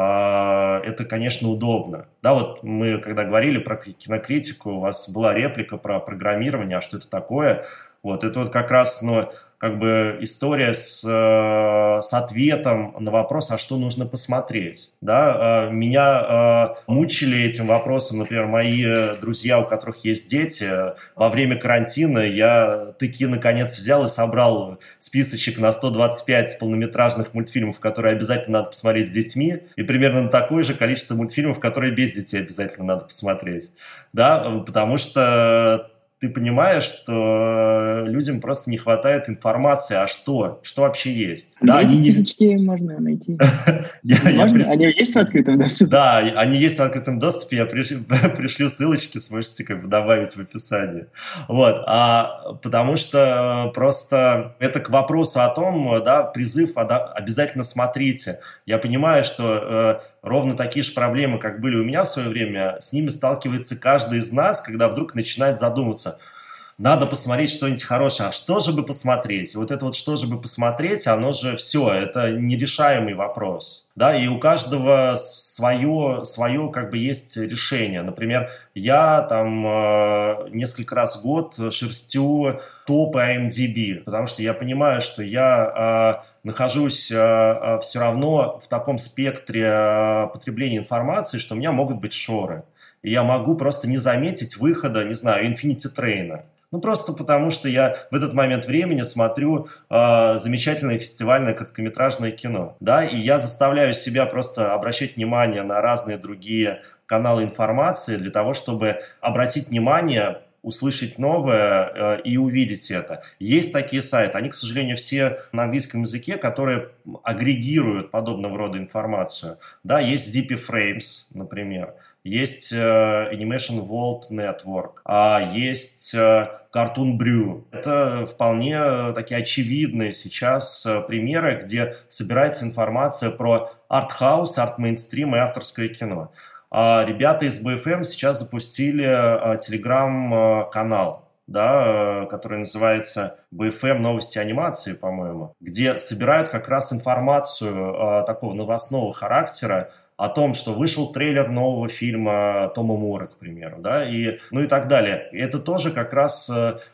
это, конечно, удобно. Да, вот мы, когда говорили про кинокритику, у вас была реплика про программирование, а что это такое? Вот, это вот как раз, ну, как бы история с ответом на вопрос, а что нужно посмотреть. Да? Меня мучили этим вопросом, например, мои друзья, у которых есть дети. Во время карантина я таки, наконец, взял и собрал списочек на 125 полнометражных мультфильмов, которые обязательно надо посмотреть с детьми, и примерно на такое же количество мультфильмов, которые без детей обязательно надо посмотреть. Да? Потому что ты понимаешь, что людям просто не хватает информации, а что вообще есть. Да, эти списочки можно найти. Они есть в открытом доступе? Да, они есть в открытом доступе, я пришлю ссылочки, сможете как бы добавить в описании. Вот, потому что просто это к вопросу о том, да, призыв обязательно смотрите. Я понимаю, что ровно такие же проблемы, как были у меня в свое время, с ними сталкивается каждый из нас, когда вдруг начинает задумываться, надо посмотреть что-нибудь хорошее, а что же бы посмотреть? И вот это вот что же бы посмотреть, оно же все, это нерешаемый вопрос. Да, и у каждого свое как бы есть решение. Например, я там несколько раз в год шерстю топы IMDb, потому что я понимаю, что я нахожусь все равно в таком спектре потребления информации, что у меня могут быть шоры. И я могу просто не заметить выхода, не знаю, Infinity Train. Ну, просто потому, что я в этот момент времени смотрю замечательное фестивальное короткометражное кино. Да, и я заставляю себя просто обращать внимание на разные другие каналы информации для того, чтобы обратить внимание, услышать новое и увидеть это. Есть такие сайты, они, к сожалению, все на английском языке, которые агрегируют подобного рода информацию. Да, есть ZP Frames, например. Есть Animation World Network, есть Cartoon Brew. Это вполне такие очевидные сейчас примеры, где собирается информация про арт-хаус, арт-мейнстрим и авторское кино. Ребята из BFM сейчас запустили телеграм-канал, да, который называется BFM новости анимации, по-моему, где собирают как раз информацию такого новостного характера о том, что вышел трейлер нового фильма Тома Мура, к примеру, да, и так далее. И это тоже как раз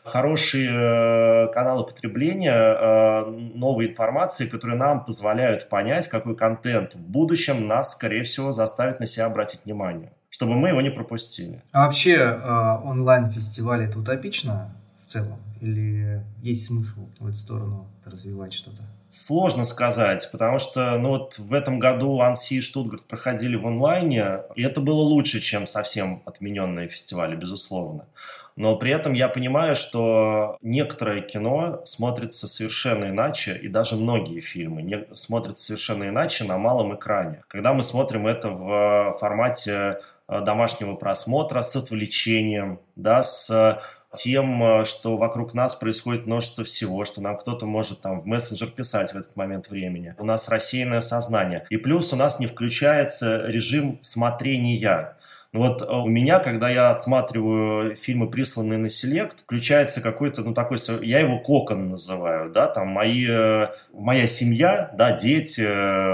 хорошие каналы потребления новой информации, которые нам позволяют понять, какой контент в будущем нас, скорее всего, заставит на себя обратить внимание, чтобы мы его не пропустили. А вообще онлайн-фестиваль — это утопично в целом? Или есть смысл в эту сторону развивать что-то? Сложно сказать, потому что в этом году Анси и Штутгарт проходили в онлайне, и это было лучше, чем совсем отмененные фестивали, безусловно. Но при этом я понимаю, что некоторое кино смотрится совершенно иначе, и даже многие фильмы смотрятся совершенно иначе на малом экране. Когда мы смотрим это в формате домашнего просмотра с отвлечением, да, с тем, что вокруг нас происходит множество всего, что нам кто-то может там в мессенджер писать в этот момент времени. У нас рассеянное сознание. И плюс у нас не включается режим смотрения. У меня, когда я отсматриваю фильмы, присланные на Селект, включается какой-то, такой, я его кокон называю, да, там моя семья, да, дети,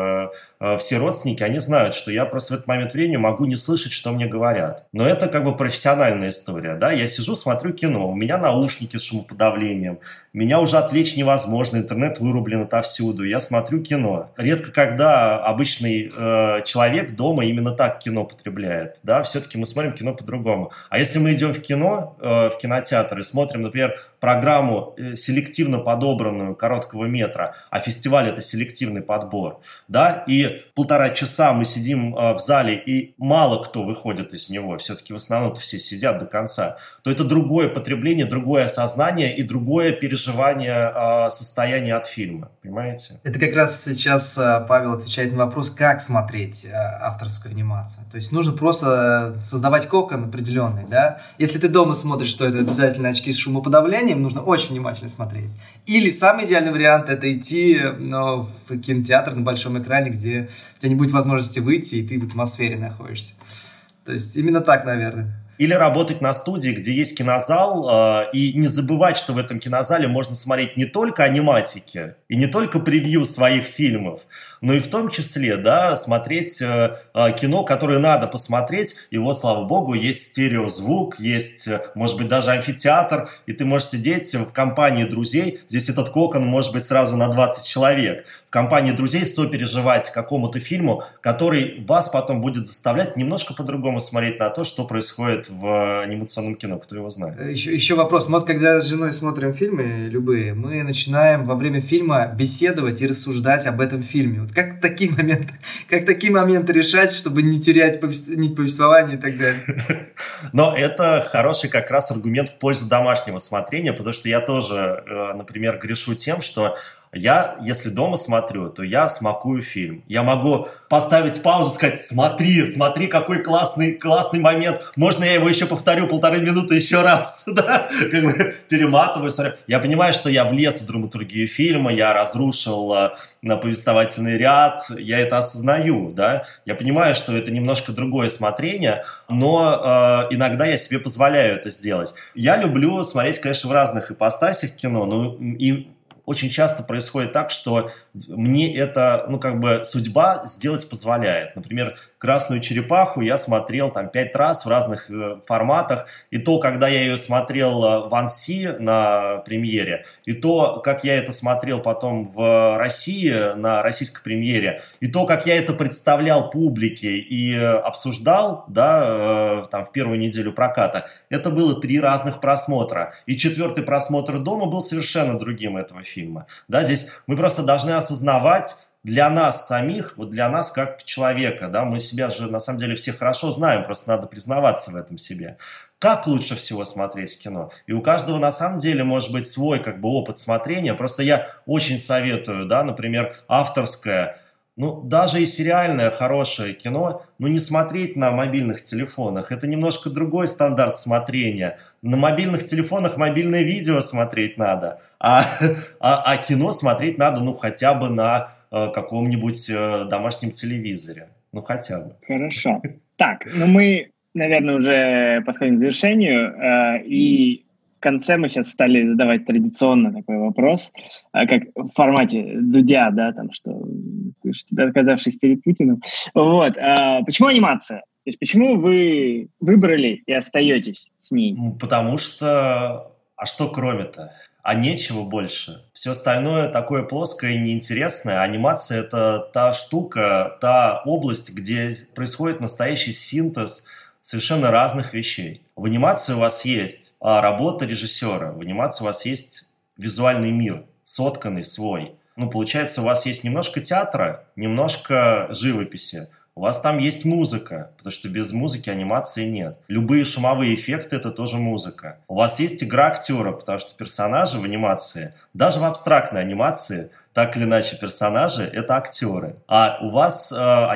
все родственники, они знают, что я просто в этот момент времени могу не слышать, что мне говорят. Но это как бы профессиональная история, да, я сижу, смотрю кино, у меня наушники с шумоподавлением, меня уже отвлечь невозможно, интернет вырублен отовсюду, я смотрю кино. Редко когда обычный человек дома именно так кино потребляет, да, все-таки мы смотрим кино по-другому. А если мы идем в кино, в кинотеатр и смотрим, например, программу селективно подобранную короткого метра, а фестиваль — это селективный подбор, да, и 1,5 часа мы сидим в зале, и мало кто выходит из него, все-таки в основном-то все сидят до конца, то это другое потребление, другое осознание и другое переживание состояния от фильма, понимаете? Это как раз сейчас Павел отвечает на вопрос, как смотреть авторскую анимацию. То есть нужно просто создавать кокон определенный, да? Если ты дома смотришь, то это обязательно очки с шумоподавлением, нужно очень внимательно смотреть. Или самый идеальный вариант — это идти в кинотеатр на большом экране, где у тебя не будет возможности выйти, и ты в атмосфере находишься. То есть именно так, наверное. Или работать на студии, где есть кинозал, и не забывать, что в этом кинозале можно смотреть не только аниматики и не только превью своих фильмов, но и в том числе, да, смотреть кино, которое надо посмотреть. И вот, слава богу, есть стереозвук, есть, может быть, даже амфитеатр, и ты можешь сидеть в компании друзей. Здесь этот кокон может быть сразу на 20 человек. В компании друзей сопереживать какому-то фильму, который вас потом будет заставлять немножко по-другому смотреть на то, что происходит в анимационном кино, кто его знает. Еще вопрос. Вот когда с женой смотрим фильмы любые, мы начинаем во время фильма беседовать и рассуждать об этом фильме. Вот как такие моменты решать, чтобы не терять нить повествования и так далее? Но это хороший как раз аргумент в пользу домашнего смотрения, потому что я тоже, например, грешу тем, что если дома смотрю, то я смакую фильм. Я могу поставить паузу, сказать: смотри, какой классный момент. Можно я его еще повторю 1,5 минуты еще раз? Да? Как бы перематываю, смотрю. Я понимаю, что я влез в драматургию фильма, я разрушил повествовательный ряд, я это осознаю, да. Я понимаю, что это немножко другое смотрение, но иногда я себе позволяю это сделать. Я люблю смотреть, конечно, в разных ипостасях кино, но и очень часто происходит так, что мне это, судьба сделать позволяет. Например, «Красную черепаху» я смотрел 5 раз в разных форматах. И то, когда я ее смотрел в Анси на премьере, и то, как я это смотрел потом в России на российской премьере, и то, как я это представлял публике и обсуждал, да, в первую неделю проката, это было 3 разных просмотра. И 4-й просмотр дома был совершенно другим этого фильма. Да, здесь мы просто должны осознавать, для нас самих, вот для нас как человека, да, мы себя же на самом деле все хорошо знаем, просто надо признаваться в этом себе. Как лучше всего смотреть кино? И у каждого на самом деле может быть свой опыт смотрения. Просто я очень советую, да, например, авторское, даже и сериальное хорошее кино, не смотреть на мобильных телефонах. Это немножко другой стандарт смотрения. На мобильных телефонах мобильное видео смотреть надо, а кино смотреть надо, хотя бы на каком-нибудь домашнем телевизоре. Хотя бы. Хорошо. Так, мы, наверное, уже подходим к завершению. И В конце мы сейчас стали задавать традиционно такой вопрос, как в формате Дудя, да, там, что оказавшись перед Путиным. Вот. Почему анимация? То есть почему вы выбрали и остаетесь с ней? Потому что... А что кроме-то? А нечего больше. Все остальное такое плоское и неинтересное. Анимация – это та штука, та область, где происходит настоящий синтез совершенно разных вещей. В анимации у вас есть работа режиссера, в анимации у вас есть визуальный мир, сотканный свой. Получается, у вас есть немножко театра, немножко живописи. У вас там есть музыка, потому что без музыки анимации нет. Любые шумовые эффекты – это тоже музыка. У вас есть игра актера, потому что персонажи в анимации, даже в абстрактной анимации, так или иначе персонажи – это актеры. А у вас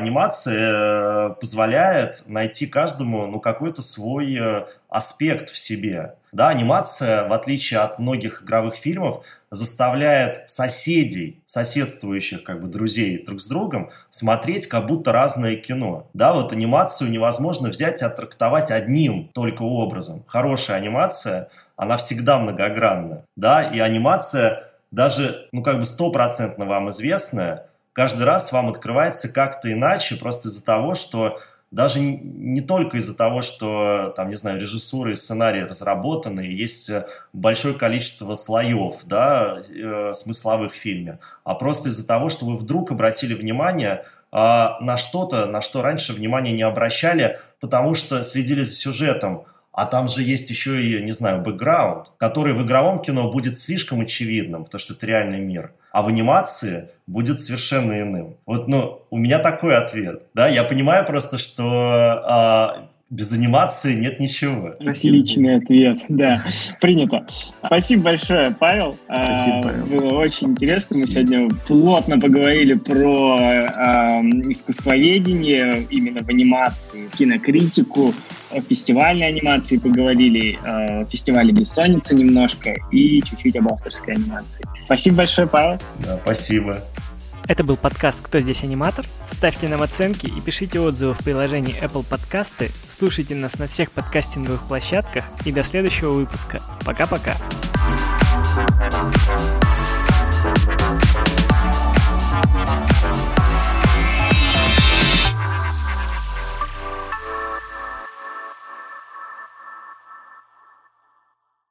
анимация позволяет найти каждому какой-то свой аспект в себе. Да, анимация, в отличие от многих игровых фильмов, заставляет соседей, соседствующих друзей друг с другом, смотреть как будто разное кино. Да, вот анимацию невозможно взять и оттрактовать одним только образом. Хорошая анимация, она всегда многогранна. Да, и анимация даже, 100% вам известная, каждый раз вам открывается как-то иначе, просто из-за того, что даже не только из-за того, что, режиссура и сценарий разработаны, и есть большое количество слоев, да, смысловых в фильме, а просто из-за того, что вы вдруг обратили внимание на что-то, на что раньше внимания не обращали, потому что следили за сюжетом. А там же есть еще и, бэкграунд, который в игровом кино будет слишком очевидным, потому что это реальный мир. А в анимации будет совершенно иным. Вот, у меня такой ответ. Да? Я понимаю просто, что без анимации нет ничего. Отличный ответ, да. Принято. Спасибо большое, Павел. Спасибо, Павел. Было очень интересно. Мы сегодня плотно поговорили про искусствоведение именно в анимации, кинокритику, о фестивальной анимации поговорили, о фестивале «Бессонница» немножко и чуть-чуть об авторской анимации. Спасибо большое, Павел. Да, спасибо. Это был подкаст «Кто здесь аниматор?». Ставьте нам оценки и пишите отзывы в приложении Apple Подкасты. Слушайте нас на всех подкастинговых площадках. И до следующего выпуска. Пока-пока.